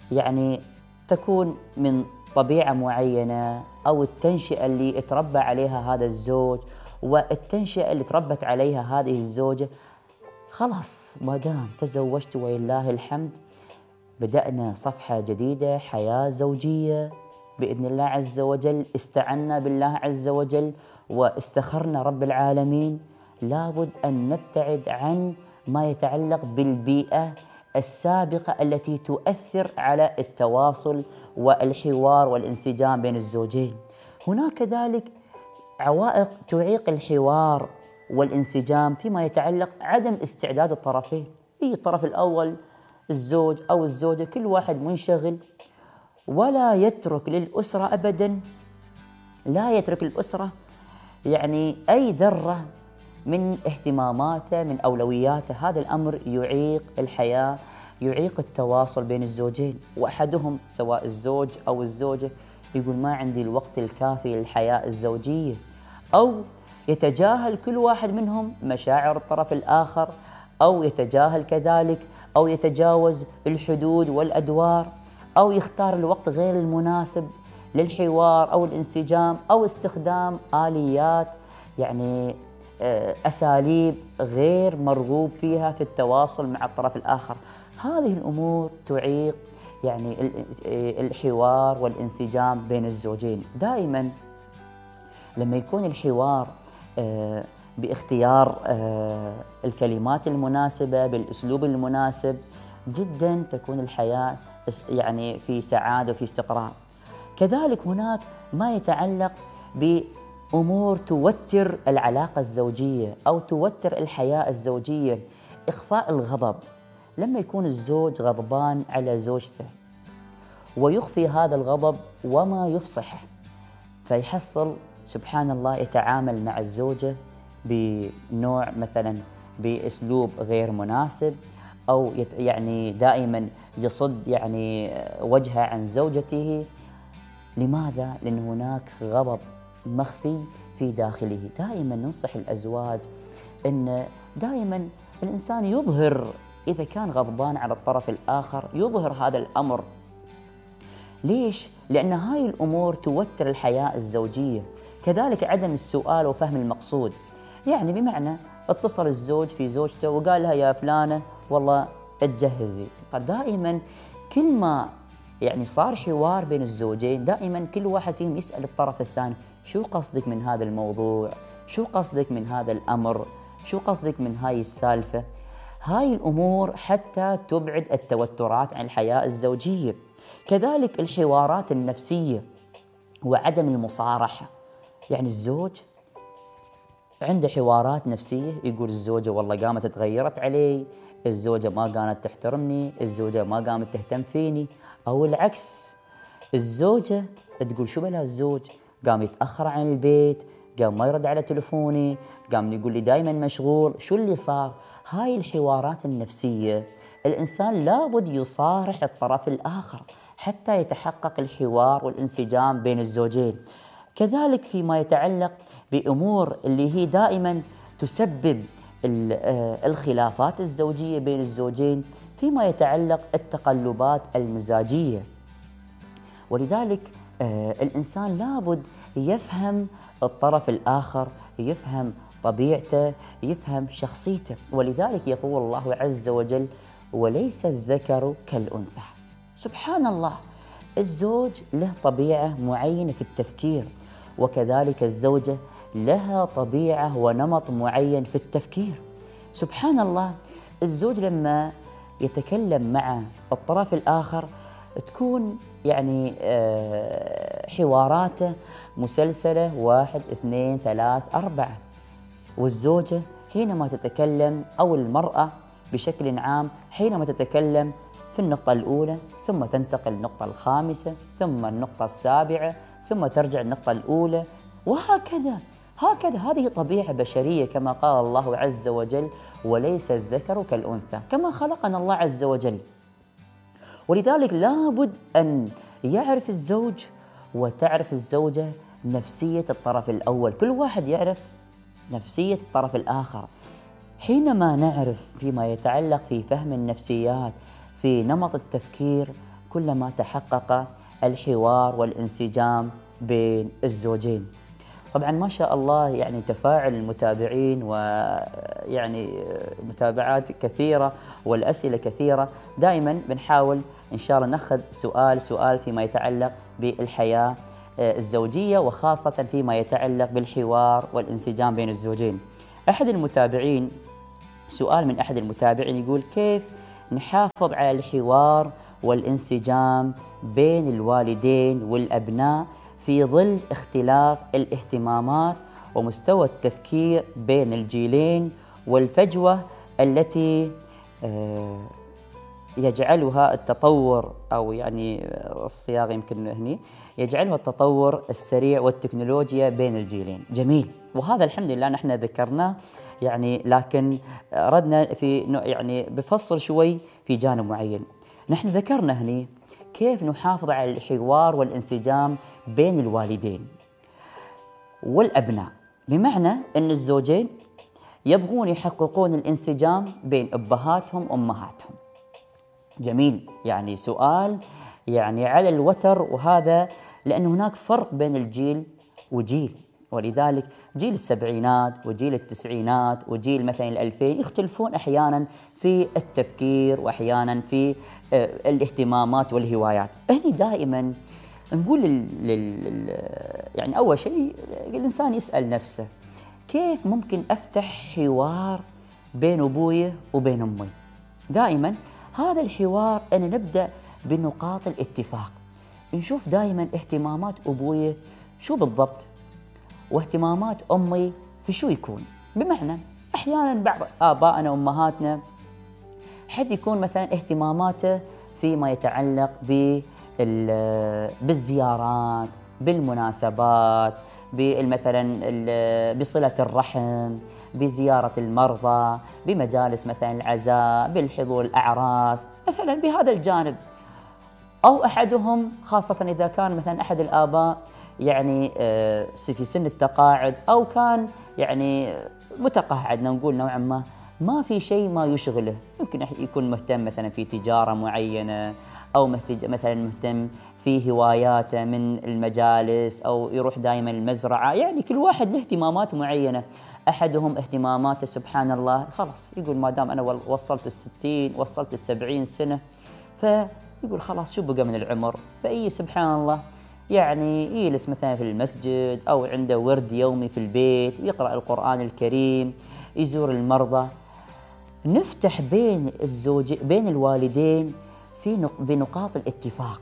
Speaker 1: تكون من طبيعة معينة، أو التنشئة اللي اتربى عليها هذا الزوج والتنشئة اللي تربت عليها هذه الزوجة، خلاص ما دام تزوجت ولله الحمد، بدأنا صفحة جديدة، حياة زوجية بإذن الله عز وجل، استعنا بالله عز وجل واستخرنا رب العالمين. لابد أن نبتعد عن ما يتعلق بالبيئة السابقة التي تؤثر على التواصل والحوار والانسجام بين الزوجين. هناك كذلك عوائق تعيق الحوار والانسجام فيما يتعلق عدم استعداد الطرفين. الطرف الأول الزوج أو الزوجة كل واحد منشغل، ولا يترك للأسرة أبدا، لا يترك الأسرة أي ذرة من اهتماماته، من أولوياته. هذا الأمر يعيق الحياة، يعيق التواصل بين الزوجين. وأحدهم سواء الزوج أو الزوجة يقول ما عندي الوقت الكافي للحياة الزوجية، أو يتجاهل كل واحد منهم مشاعر الطرف الآخر، أو يتجاهل كذلك أو يتجاوز الحدود والأدوار، أو يختار الوقت غير المناسب للحوار أو الانسجام، أو استخدام آليات أساليب غير مرغوب فيها في التواصل مع الطرف الآخر. هذه الأمور تعيق الحوار والانسجام بين الزوجين. دائما لما يكون الحوار باختيار الكلمات المناسبة بالأسلوب المناسب، جدا تكون الحياة في سعادة وفي استقرار. كذلك هناك ما يتعلق بأمور توتر العلاقة الزوجية أو توتر الحياة الزوجية. إخفاء الغضب، لما يكون الزوج غضبان على زوجته ويخفي هذا الغضب وما يفصحه، فيحصل سبحان الله يتعامل مع الزوجة بنوع مثلا بأسلوب غير مناسب، أو دائما يصد وجهه عن زوجته. لماذا؟ لأن هناك غضب مخفي في داخله. دائما ننصح الأزواج أن دائما الإنسان يظهر إذا كان غضبان على الطرف الآخر، يظهر هذا الأمر. ليش؟ لأن هاي الأمور توتر الحياة الزوجية. كذلك عدم السؤال وفهم المقصود، بمعنى اتصل الزوج في زوجته وقال لها يا فلانة والله اتجهزي. دائما كل ما يعني صار حوار بين الزوجين دائما كل واحد فيهم يسأل الطرف الثاني شو قصدك من هذا الموضوع؟ شو قصدك من هذا الأمر؟ شو قصدك من هاي السالفة؟ هاي الأمور حتى تبعد التوترات عن الحياة الزوجية. كذلك الحوارات النفسية وعدم المصارحة. يعني الزوج عنده حوارات نفسية، يقول الزوجة والله قامت تغيرت علي، الزوجة ما كانت تحترمني، الزوجة ما قامت تهتم فيني. أو العكس، الزوجة تقول شو بلا الزوج قام يتأخر عن البيت، قام ما يرد على تلفوني، قام يقول لي دائما مشغول، شو اللي صار؟ هاي الحوارات النفسية الإنسان لابد يصارح الطرف الآخر حتى يتحقق الحوار والانسجام بين الزوجين. كذلك فيما يتعلق بأمور اللي هي دائما تسبب الخلافات الزوجية بين الزوجين، فيما يتعلق التقلبات المزاجية. ولذلك الإنسان لابد يفهم الطرف الآخر، يفهم طبيعته، يفهم شخصيته. ولذلك يقول الله عز وجل وليس الذكر كالأنثى. سبحان الله، الزوج له طبيعة معينة في التفكير، وكذلك الزوجة لها طبيعة ونمط معين في التفكير. سبحان الله، الزوج لما يتكلم مع الطرف الآخر تكون يعني حواراته مسلسلة 1 2 3 4، والزوجة حينما تتكلم أو المرأة بشكل عام حينما تتكلم في النقطة الأولى ثم تنتقل النقطة الخامسة ثم النقطة السابعة ثم ترجع النقطة الأولى، وهكذا. هذه طبيعة بشرية كما قال الله عز وجل وليس الذكر كالأنثى، كما خلقنا الله عز وجل. ولذلك لابد أن يعرف الزوج وتعرف الزوجة نفسية الطرف الأول، كل واحد يعرف نفسية الطرف الآخر. حينما نعرف فيما يتعلق في فهم النفسيات في نمط التفكير كلما تحقق الحوار والانسجام بين الزوجين. طبعا ما شاء الله يعني تفاعل المتابعين ويعني متابعات كثيرة والأسئلة كثيرة. دائما بنحاول إن شاء الله نأخذ سؤال فيما يتعلق بالحياة الزوجية وخاصة فيما يتعلق بالحوار والانسجام بين الزوجين. سؤال من أحد المتابعين يقول كيف نحافظ على الحوار والانسجام بين الوالدين والأبناء في ظل اختلاف الاهتمامات ومستوى التفكير بين الجيلين والفجوة التي يجعلها التطور أو يعني الصياغة يمكن هني يجعلها التطور السريع والتكنولوجيا بين الجيلين. جميل، وهذا الحمد لله نحن ذكرناه يعني، لكن ردنا في يعني بفصل شوي في جانب معين. نحن ذكرنا هني كيف نحافظ على الحوار والانسجام بين الوالدين والأبناء، بمعنى أن الزوجين يبغون يحققون الانسجام بين أبهاتهم وأمهاتهم. جميل، يعني سؤال يعني على الوتر، وهذا لأن هناك فرق بين الجيل وجيل. ولذلك جيل السبعينات وجيل التسعينات وجيل مثلا الألفين يختلفون أحيانا في التفكير وأحيانا في الاهتمامات والهوايات. هني دائما نقول يعني أول شيء الإنسان يسأل نفسه كيف ممكن أفتح حوار بين أبوي وبين أمي. دائما هذا الحوار أنا نبدأ بنقاط الاتفاق، نشوف دائما اهتمامات أبوي شو بالضبط واهتمامات أمي في شو يكون. بمعنى أحيانا بعض آبائنا وأمهاتنا حد يكون مثلا اهتماماته فيما يتعلق بالزيارات، بالمناسبات، مثلا بصلة الرحم، بزيارة المرضى، بمجالس مثلا العزاء، بالحضور الأعراس، مثلا بهذا الجانب. أو أحدهم خاصة إذا كان مثلا أحد الآباء يعني في سن التقاعد أو كان يعني متقاعد نقول نوعا ما في شيء ما يشغله، يمكن يكون مهتم مثلا في تجارة معينة أو مثلا مهتم في هواياته من المجالس أو يروح دائما المزرعة، يعني كل واحد له اهتمامات معينة. أحدهم اهتماماته سبحان الله خلاص يقول ما دام أنا وصلت ال60 وصلت ال70 سنة، فيقول خلاص شو بقى من العمر، فأي سبحان الله يعني يجلس مثلا في المسجد أو عنده ورد يومي في البيت ويقرأ القرآن الكريم، يزور المرضى. نفتح بين بين الوالدين بنقاط الاتفاق،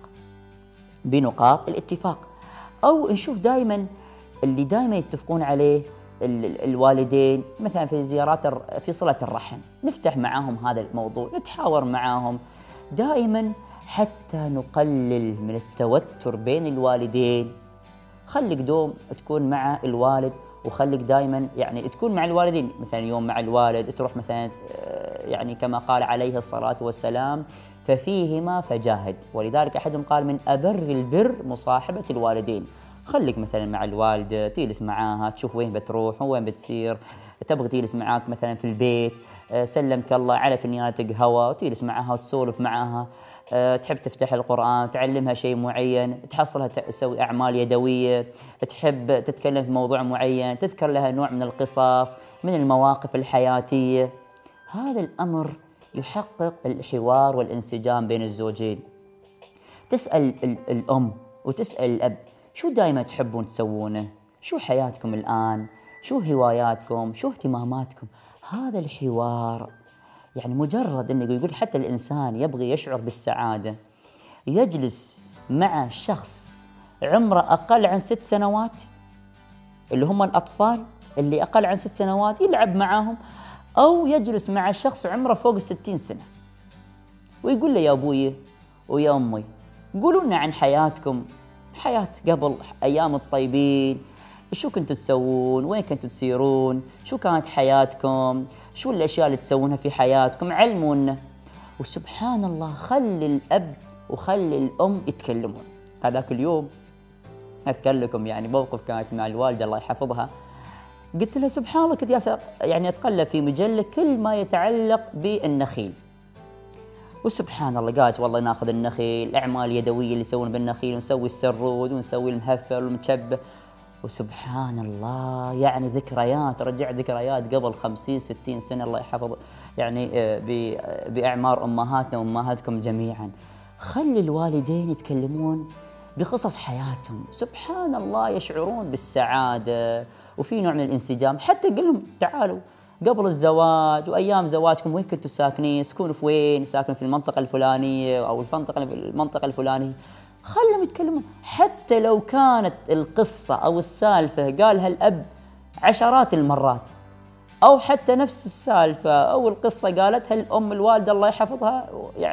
Speaker 1: بنقاط الاتفاق، أو نشوف دائما اللي دائما يتفقون عليه الوالدين مثلا في زيارات في صلة الرحم، نفتح معاهم هذا الموضوع، نتحاور معاهم دائما حتى نقلل من التوتر بين الوالدين. خليك دوم تكون مع الوالد، وخليك دائما يعني تكون مع الوالدين، مثلا يوم مع الوالد تروح مثلا يعني كما قال عليه الصلاة والسلام ففيهما فجاهد، ولذلك أحدهم قال من أبر البر مصاحبة الوالدين. خليك مثلا مع الوالدة تجلس معاها، تشوف وين بتروح وين بتسير، تبغى تجلس معاك مثلا في البيت، سلمك الله على فنيانة قهوة وتجلس معاها وتسولف معاها، تحب تفتح القرآن، تعلمها شيء معين، تحصلها تسوي أعمال يدوية، تحب تتكلم في موضوع معين، تذكر لها نوع من القصص من المواقف الحياتية. هذا الأمر يحقق الحوار والانسجام بين الزوجين. تسأل الأم وتسأل الأب شو دائما تحبون تسوونه، شو حياتكم الآن، شو هواياتكم، شو اهتماماتكم. هذا الحوار يعني مجرد أنه يقول حتى الإنسان يبغي يشعر بالسعادة يجلس مع شخص عمره أقل عن 6 سنوات، اللي هم الأطفال اللي أقل عن 6 سنوات يلعب معاهم، أو يجلس مع شخص عمره فوق 60 سنة ويقول له يا أبوي ويا أمي قولوا لنا عن حياتكم، حياة قبل أيام الطيبين، شو كنتوا تسوون، وين كنتوا تسيرون، شو كانت حياتكم، شو الأشياء اللي تسوونها في حياتكم، علمونا. وسبحان الله خلي الأب وخلي الأم يتكلمون. هذاك اليوم أذكر لكم يعني موقف كانت مع الوالدة الله يحفظها، قلت لها سبحان الله كنت يعني أتقلب في مجلة كل ما يتعلق بالنخيل، وسبحان الله قالت والله ناخذ النخيل، الأعمال اليدوية اللي يسوون بالنخيل، ونسوي السرود ونسوي المهفل والمشبه. وسبحان الله يعني ذكريات، رجع ذكريات قبل 50-60 سنة الله يحفظ يعني بأعمار أمهاتنا وأمهاتكم جميعا. خلي الوالدين يتكلمون بقصص حياتهم، سبحان الله يشعرون بالسعادة وفي نوع من الانسجام. حتى قل لهم تعالوا قبل الزواج وأيام زواجكم وين كنتوا ساكنين، سكنوا في وين، ساكن في المنطقة الفلانية أو المنطقة الفلانية. خلهم يتكلمون حتى لو كانت القصة أو السالفة قالها الأب عشرات المرات، أو حتى نفس السالفة أو القصة قالتها الأم الوالدة الله يحفظها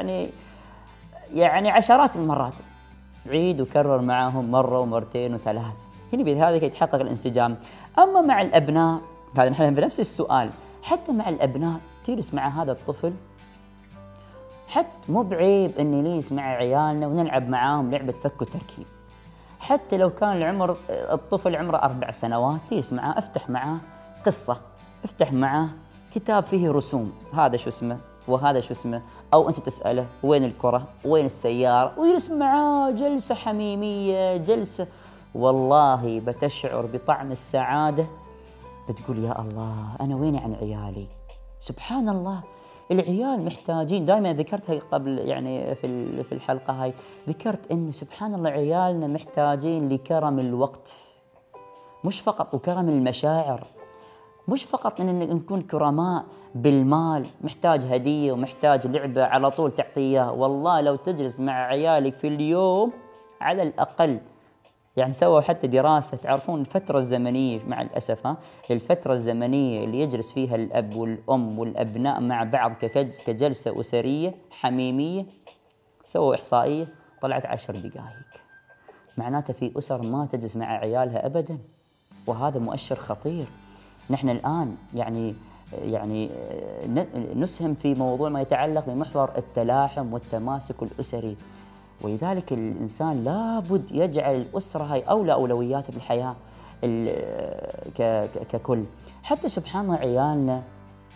Speaker 1: يعني عشرات المرات، عيد وكرر معهم مرة ومرتين وثلاث. هنا بهذا يتحقق الانسجام. أما مع الأبناء هذا نحن بنفس السؤال، حتى مع الأبناء تجلس مع هذا الطفل، حتى مو بعيب إني نجلس مع عيالنا ونلعب معاهم لعبة فك وتركيب. حتى لو كان الطفل عمره 4 سنوات تجلس معاه، افتح معاه قصة، افتح معاه كتاب فيه رسوم، هذا شو اسمه وهذا شو اسمه، أو أنت تسأله وين الكرة وين السيارة، ويجلس معاه جلسة حميمية، جلسة والله بتشعر بطعم السعادة. بتقول يا الله أنا وين عن عيالي. سبحان الله العيال محتاجين، دائما ذكرتها قبل يعني في الحلقة هاي، ذكرت إن سبحان الله عيالنا محتاجين لكرم الوقت، مش فقط وكرم المشاعر، مش فقط إن نكون كرماء بالمال، محتاج هدية ومحتاج لعبة على طول تعطيه. والله لو تجلس مع عيالك في اليوم على الأقل، يعني سووا حتى دراسة، تعرفون الفترة الزمنية مع الأسف الفترة الزمنية اللي يجلس فيها الأب والأم والأبناء مع بعض كجلسة أسرية حميمية، سووا إحصائية طلعت 10 دقائق. معناته في أسر ما تجلس مع عيالها أبدا، وهذا مؤشر خطير. نحن الآن يعني نسهم في موضوع ما يتعلق بمحور التلاحم والتماسك الأسري، ولذلك الإنسان لابد يجعل الأسرة هاي أولى أولوياته في الحياة ككل. حتى سبحان الله عيالنا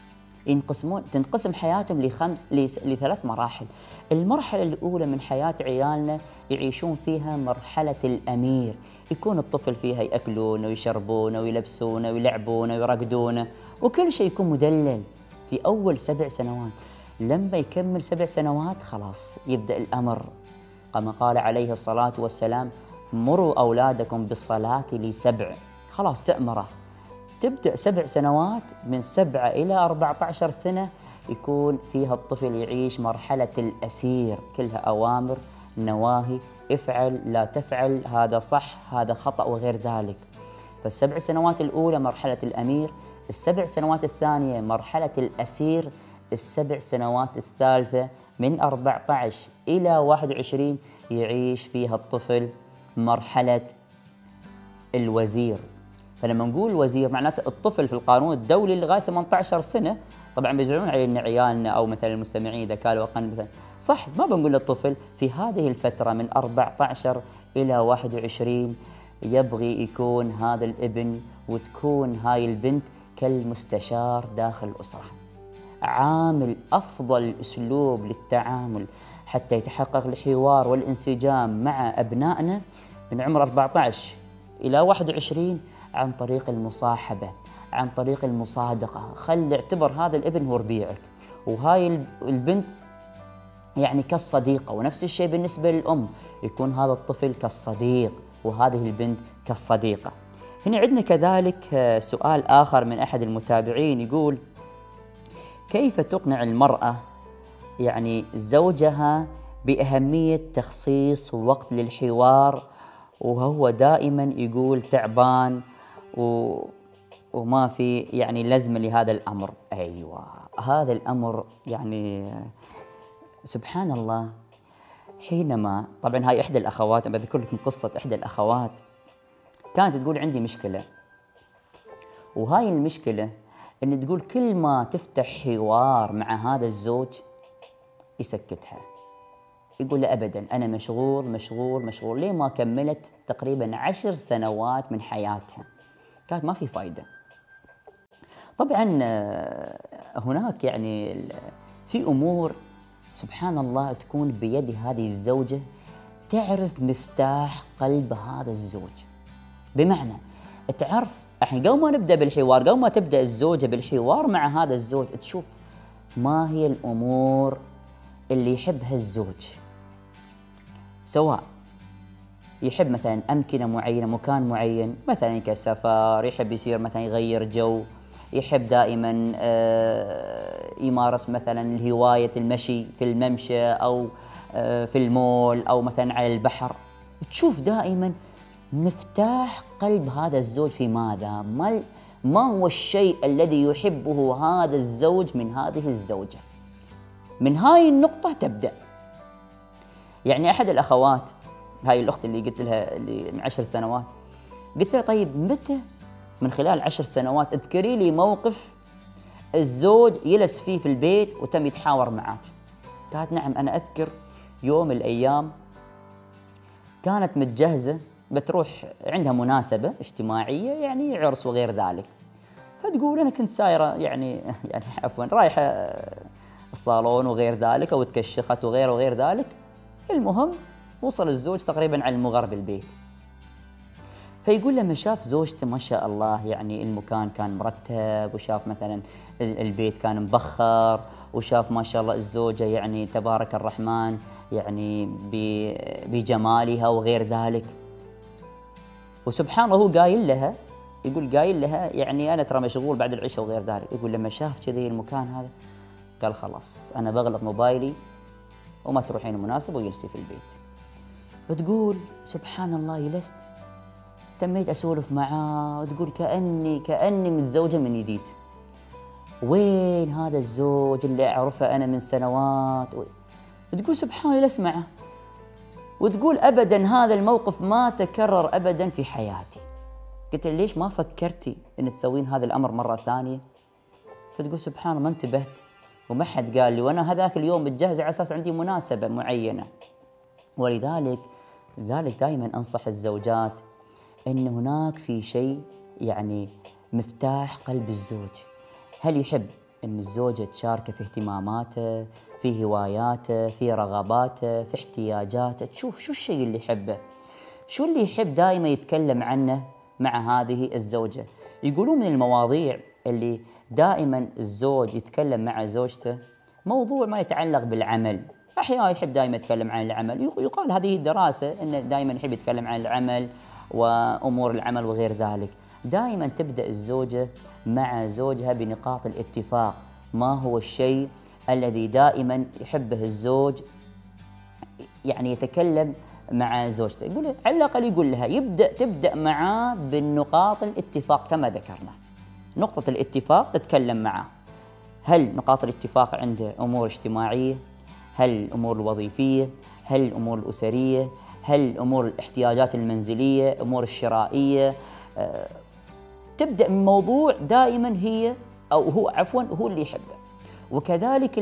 Speaker 1: تنقسم حياتهم لثلاث مراحل. المرحلة الأولى من حياة عيالنا يعيشون فيها مرحلة الأمير، يكون الطفل فيها يأكلون ويشربون ويلبسون ويلعبون ويرقدون وكل شيء يكون مدلل في أول 7 سنوات. لما يكمل 7 سنوات خلاص يبدأ الأمر، كما قال عليه الصلاة والسلام: مروا أولادكم بالصلاة ل7. خلاص تأمره. تبدأ 7 سنوات، من 7 إلى 14 سنة يكون فيها الطفل يعيش مرحلة الأسير، كلها أوامر نواهي، افعل لا تفعل، هذا صح هذا خطأ وغير ذلك. فال7 سنوات الأولى مرحلة الأمير، ال7 سنوات الثانية مرحلة الأسير، ال7 سنوات الثالثة من 14 إلى 21 يعيش فيها الطفل مرحلة الوزير. فلما نقول وزير معناته الطفل في القانون الدولي لغاية 18 سنة. طبعا بيزعلون علينا عيالنا أو مثلا المستمعين إذا كانوا أقل مثلا، صح ما بنقول للطفل في هذه الفترة من 14 إلى 21 يبغي يكون هذا الابن وتكون هاي البنت كالمستشار داخل الأسرة، عامل أفضل أسلوب للتعامل حتى يتحقق الحوار والانسجام مع أبنائنا من عمر 14 إلى 21 عن طريق المصاحبة، عن طريق المصادقة. اعتبر هذا الابن هو ربيعك وهاي البنت يعني كالصديقة، ونفس الشيء بالنسبة للأم، يكون هذا الطفل كالصديق وهذه البنت كالصديقة. هنا عندنا كذلك سؤال آخر من أحد المتابعين يقول: كيف تقنع المرأة يعني زوجها بأهمية تخصيص وقت للحوار وهو دائما يقول تعبان وما في يعني لزمة لهذا الأمر؟ أيوة، هذا الأمر يعني سبحان الله. حينما طبعا هاي إحدى الأخوات، أنا بذكر لكم قصة إحدى الأخوات، كانت تقول عندي مشكلة، وهاي المشكلة إن تقول كل ما تفتح حوار مع هذا الزوج يسكتها، يقول لا أبدا أنا مشغول مشغول مشغول، ليه ما كملت تقريبا 10 سنوات من حياتها، كانت ما في فايدة. طبعا هناك يعني في أمور سبحان الله تكون بيد هذه الزوجة تعرف مفتاح قلب هذا الزوج، بمعنى تعرف الحين قبل ما نبدأ بالحوار، قبل ما تبدأ الزوجة بالحوار مع هذا الزوج، تشوف ما هي الأمور اللي يحبها الزوج، سواء يحب مثلا أمكنة معينة، مكان معين مثلا كسفر، يحب يصير مثلا يغير جو، يحب دائما يمارس مثلا هواية المشي في الممشى أو في المول أو مثلا على البحر. تشوف دائما مفتاح قلب هذا الزوج في ماذا، ما هو الشيء الذي يحبه هذا الزوج من هذه الزوجة. من هاي النقطة تبدأ. يعني أحد الأخوات، هاي الأخت اللي قلت لها اللي من 10 سنوات، قلت لها طيب متى من خلال 10 سنوات اذكري لي موقف الزوج يلس فيه في البيت وتم يتحاور معك؟ قالت نعم أنا أذكر يوم من الأيام كانت متجهزة بتروح عندها مناسبة اجتماعية يعني عرس وغير ذلك، فتقول أنا كنت سايرة يعني عفوا رايحة الصالون وغير ذلك أو تكشخت وغير ذلك. المهم وصل الزوج تقريبا على المغرب البيت، فيقول لما شاف زوجته ما شاء الله يعني المكان كان مرتب، وشاف مثلا البيت كان مبخر، وشاف ما شاء الله الزوجة يعني تبارك الرحمن يعني بجمالها وغير ذلك، وسبحان الله هو قايل لها، يقول قايل لها يعني أنا ترى مشغول بعد العشاء وغير ذلك. يقول لما شاف كذي المكان هذا قال خلاص أنا بغلق موبايلي وما تروحين المناسبة ويجلسي في البيت. وتقول سبحان الله جلست تميت أسولف معاه، وتقول كأني متزوجة من جديد. وين هذا الزوج اللي أعرفه أنا من سنوات؟ وتقول سبحان الله جلست معه، وتقول أبدا هذا الموقف ما تكرر أبدا في حياتي. قلت ليش ما فكرتي أن تسوين هذا الأمر مرة ثانية؟ فتقول سبحان الله ما انتبهت وما حد قال لي، وأنا هذاك اليوم متجهزة على أساس عندي مناسبة معينة. ولذلك دائما أنصح الزوجات أن هناك في شيء يعني مفتاح قلب الزوج، هل يحب أن الزوجة تشاركه في اهتماماته، في هواياته، في رغباته، في احتياجاته، تشوف شو الشيء اللي يحبه، شو اللي يحب دائما يتكلم عنه مع هذه الزوجة. يقولون من المواضيع اللي دائما الزوج يتكلم مع زوجته موضوع ما يتعلق بالعمل. أحيانا يحب دائما يتكلم عن العمل، يقال هذه دراسة أنه دائما يحب يتكلم عن العمل وأمور العمل وغير ذلك. دائما تبدأ الزوجة مع زوجها بنقاط الاتفاق. ما هو الشيء الذي دائما يحبه الزوج يعني يتكلم مع زوجته، يقول على الأقل يقول لها تبدأ معاه بالنقاط الاتفاق كما ذكرنا. نقطة الاتفاق تتكلم معه. هل نقاط الاتفاق عنده أمور اجتماعية؟ هل الأمور الوظيفية؟ هل الأمور الأسرية؟ هل أمور الاحتياجات المنزلية؟ أمور الشرائية؟ تبدأ من موضوع دائما هي أو هو عفوا هو اللي يحبه. وكذلك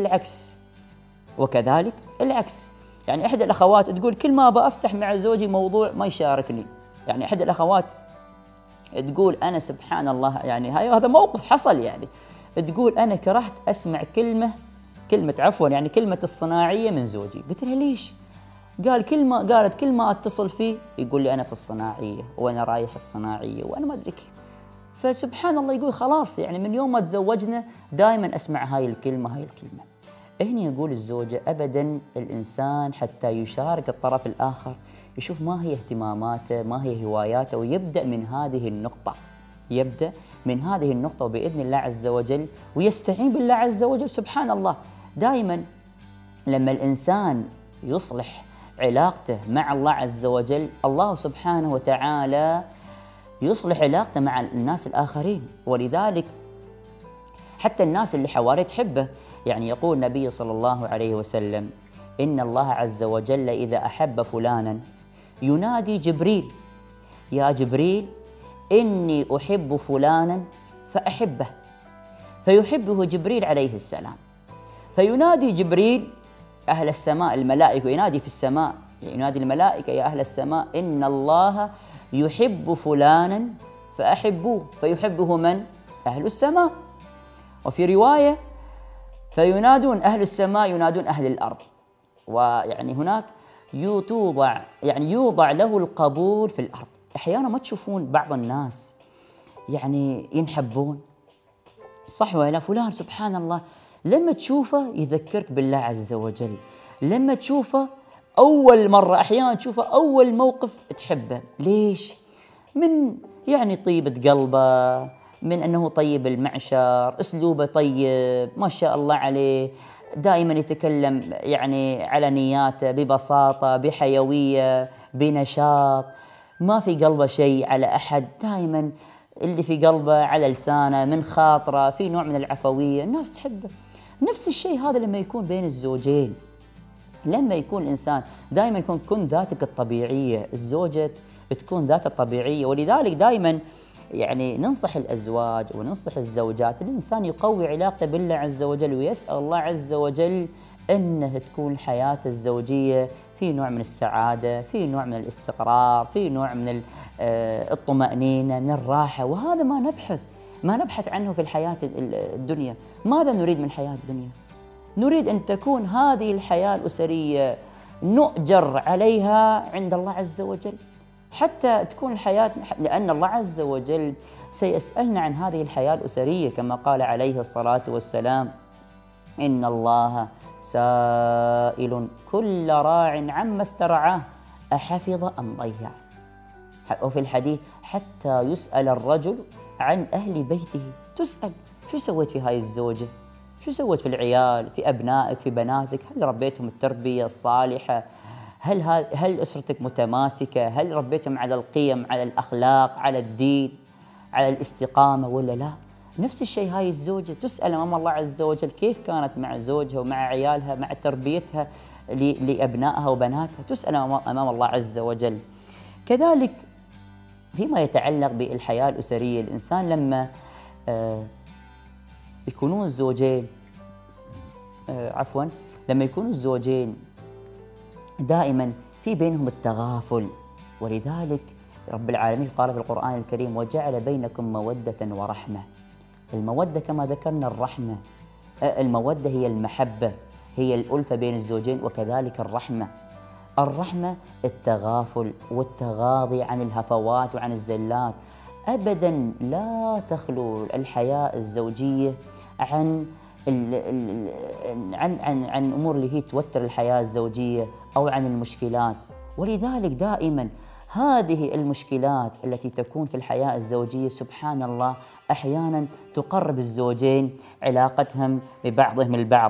Speaker 1: العكس. يعني إحدى الأخوات تقول كل ما بأفتح مع زوجي موضوع ما يشاركني. يعني إحدى الأخوات تقول أنا سبحان الله، يعني هذا موقف حصل، يعني تقول أنا كرهت أسمع كلمة الصناعية من زوجي. قلت لها ليش؟ قالت كل ما أتصل فيه يقول لي أنا في الصناعية وأنا رايح الصناعية وأنا ما أدري كيف. فسبحان الله يقول خلاص يعني من يوم ما تزوجنا دائما أسمع هاي الكلمة. هنا يقول الزوجة أبدا الإنسان حتى يشارك الطرف الآخر يشوف ما هي اهتماماته، ما هي هواياته، ويبدأ من هذه النقطة وبإذن الله عز وجل، ويستعين بالله عز وجل. سبحان الله دائما لما الإنسان يصلح علاقته مع الله عز وجل، الله سبحانه وتعالى يصلح علاقته مع الناس الآخرين. ولذلك حتى الناس اللي حواليه تحبه. يعني يقول النبي صلى الله عليه وسلم إن الله عز وجل إذا أحب فلانا ينادي جبريل يا جبريل إني أحب فلانا فأحبه، فيحبه جبريل عليه السلام، فينادي جبريل أهل السماء، الملائكة، ينادي في السماء، ينادي الملائكة يا أهل السماء إن الله يحب فلانا فأحبوه، فيحبه من؟ أهل السماء. وفي رواية فينادون أهل السماء ينادون أهل الأرض، ويعني هناك يوضع له القبول في الأرض. أحيانا ما تشوفون بعض الناس يعني ينحبون، صح ولا فلان سبحان الله لما تشوفه يذكرك بالله عز وجل، لما تشوفه أول مرة أحيانا تشوفه أول موقف تحبه. ليش؟ من يعني طيبة قلبه، من أنه طيب المعشر، أسلوبه طيب ما شاء الله عليه، دائما يتكلم يعني على نياته ببساطة بحيوية بنشاط، ما في قلبه شيء على أحد، دائما اللي في قلبه على لسانه من خاطره، في نوع من العفوية، الناس تحبه. نفس الشيء هذا لما يكون بين الزوجين، لما يكون الإنسان دائما كن ذاتك الطبيعية، الزوجة تكون ذاتها الطبيعية. ولذلك دائما يعني ننصح الأزواج وننصح الزوجات الإنسان يقوي علاقته بالله عز وجل، ويسأل الله عز وجل أنه تكون الحياة الزوجية في نوع من السعادة، في نوع من الاستقرار، في نوع من الطمأنينة، من الراحة. وهذا ما نبحث عنه في الحياة الدنيا. ماذا نريد من الحياة الدنيا؟ نريد أن تكون هذه الحياة الأسرية نؤجر عليها عند الله عز وجل، حتى تكون الحياة، لأن الله عز وجل سيسألنا عن هذه الحياة الأسرية كما قال عليه الصلاة والسلام إن الله سائل كل راع عما استرعاه أحفظ أم ضيع. وفي الحديث حتى يسأل الرجل عن أهل بيته، تسأل شو سويت في هاي الزوجة، شو سويت في العيال، في أبنائك، في بناتك، هل ربيتهم التربية الصالحة، هل أسرتك متماسكة، هل ربيتهم على القيم، على الأخلاق، على الدين، على الاستقامة ولا لا؟ نفس الشيء هاي الزوجة تسأل أمام الله عز وجل كيف كانت مع زوجها ومع عيالها، مع تربيتها لأبنائها وبناتها، تسأل أمام الله عز وجل. كذلك فيما يتعلق بالحياة الأسرية، الإنسان لما يكونون الزوجين لما يكونوا الزوجين دائما في بينهم التغافل، ولذلك رب العالمين قال في القرآن الكريم وجعل بينكم مودة ورحمة. المودة كما ذكرنا الرحمة، المودة هي المحبة، هي الألفة بين الزوجين، وكذلك الرحمة. الرحمة التغافل والتغاضي عن الهفوات وعن الزلات. أبدا لا تخلو الحياة الزوجية عن عن أمور اللي هي توتر الحياة الزوجية أو عن المشكلات. ولذلك دائما هذه المشكلات التي تكون في الحياة الزوجية سبحان الله أحيانا تقرب الزوجين علاقتهم ببعضهم البعض.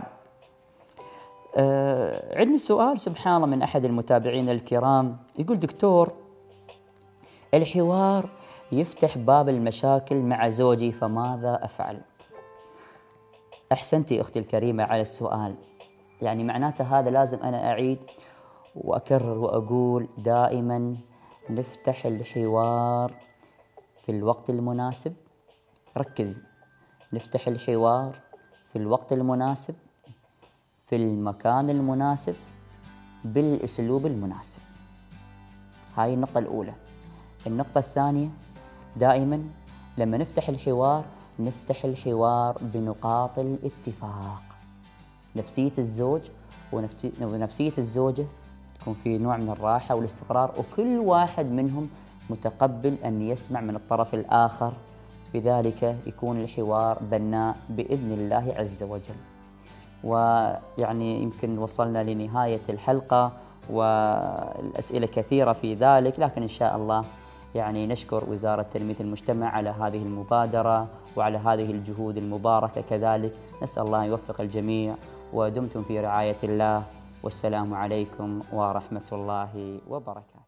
Speaker 1: عندنا سؤال سبحان الله من أحد المتابعين الكرام، يقول: دكتور، الحوار يفتح باب المشاكل مع زوجي، فماذا أفعل؟ أحسنتي أختي الكريمة على السؤال. يعني معناته هذا لازم أنا أعيد وأكرر وأقول دائما: نفتح الحوار في الوقت المناسب. ركز، نفتح الحوار في الوقت المناسب، في المكان المناسب، بالأسلوب المناسب. هاي النقطة الأولى. النقطة الثانية، دائما لما نفتح الحوار نفتح الحوار بنقاط الاتفاق. نفسية الزوج ونفسية الزوجة تكون في نوع من الراحة والاستقرار، وكل واحد منهم متقبل أن يسمع من الطرف الآخر، بذلك يكون الحوار بناء بإذن الله عز وجل. ويعني يمكن وصلنا لنهاية الحلقة، والأسئلة كثيرة في ذلك، لكن إن شاء الله يعني نشكر وزارة تنمية المجتمع على هذه المبادرة وعلى هذه الجهود المباركة. كذلك نسأل الله يوفق الجميع، ودمتم في رعاية الله، والسلام عليكم ورحمة الله وبركاته.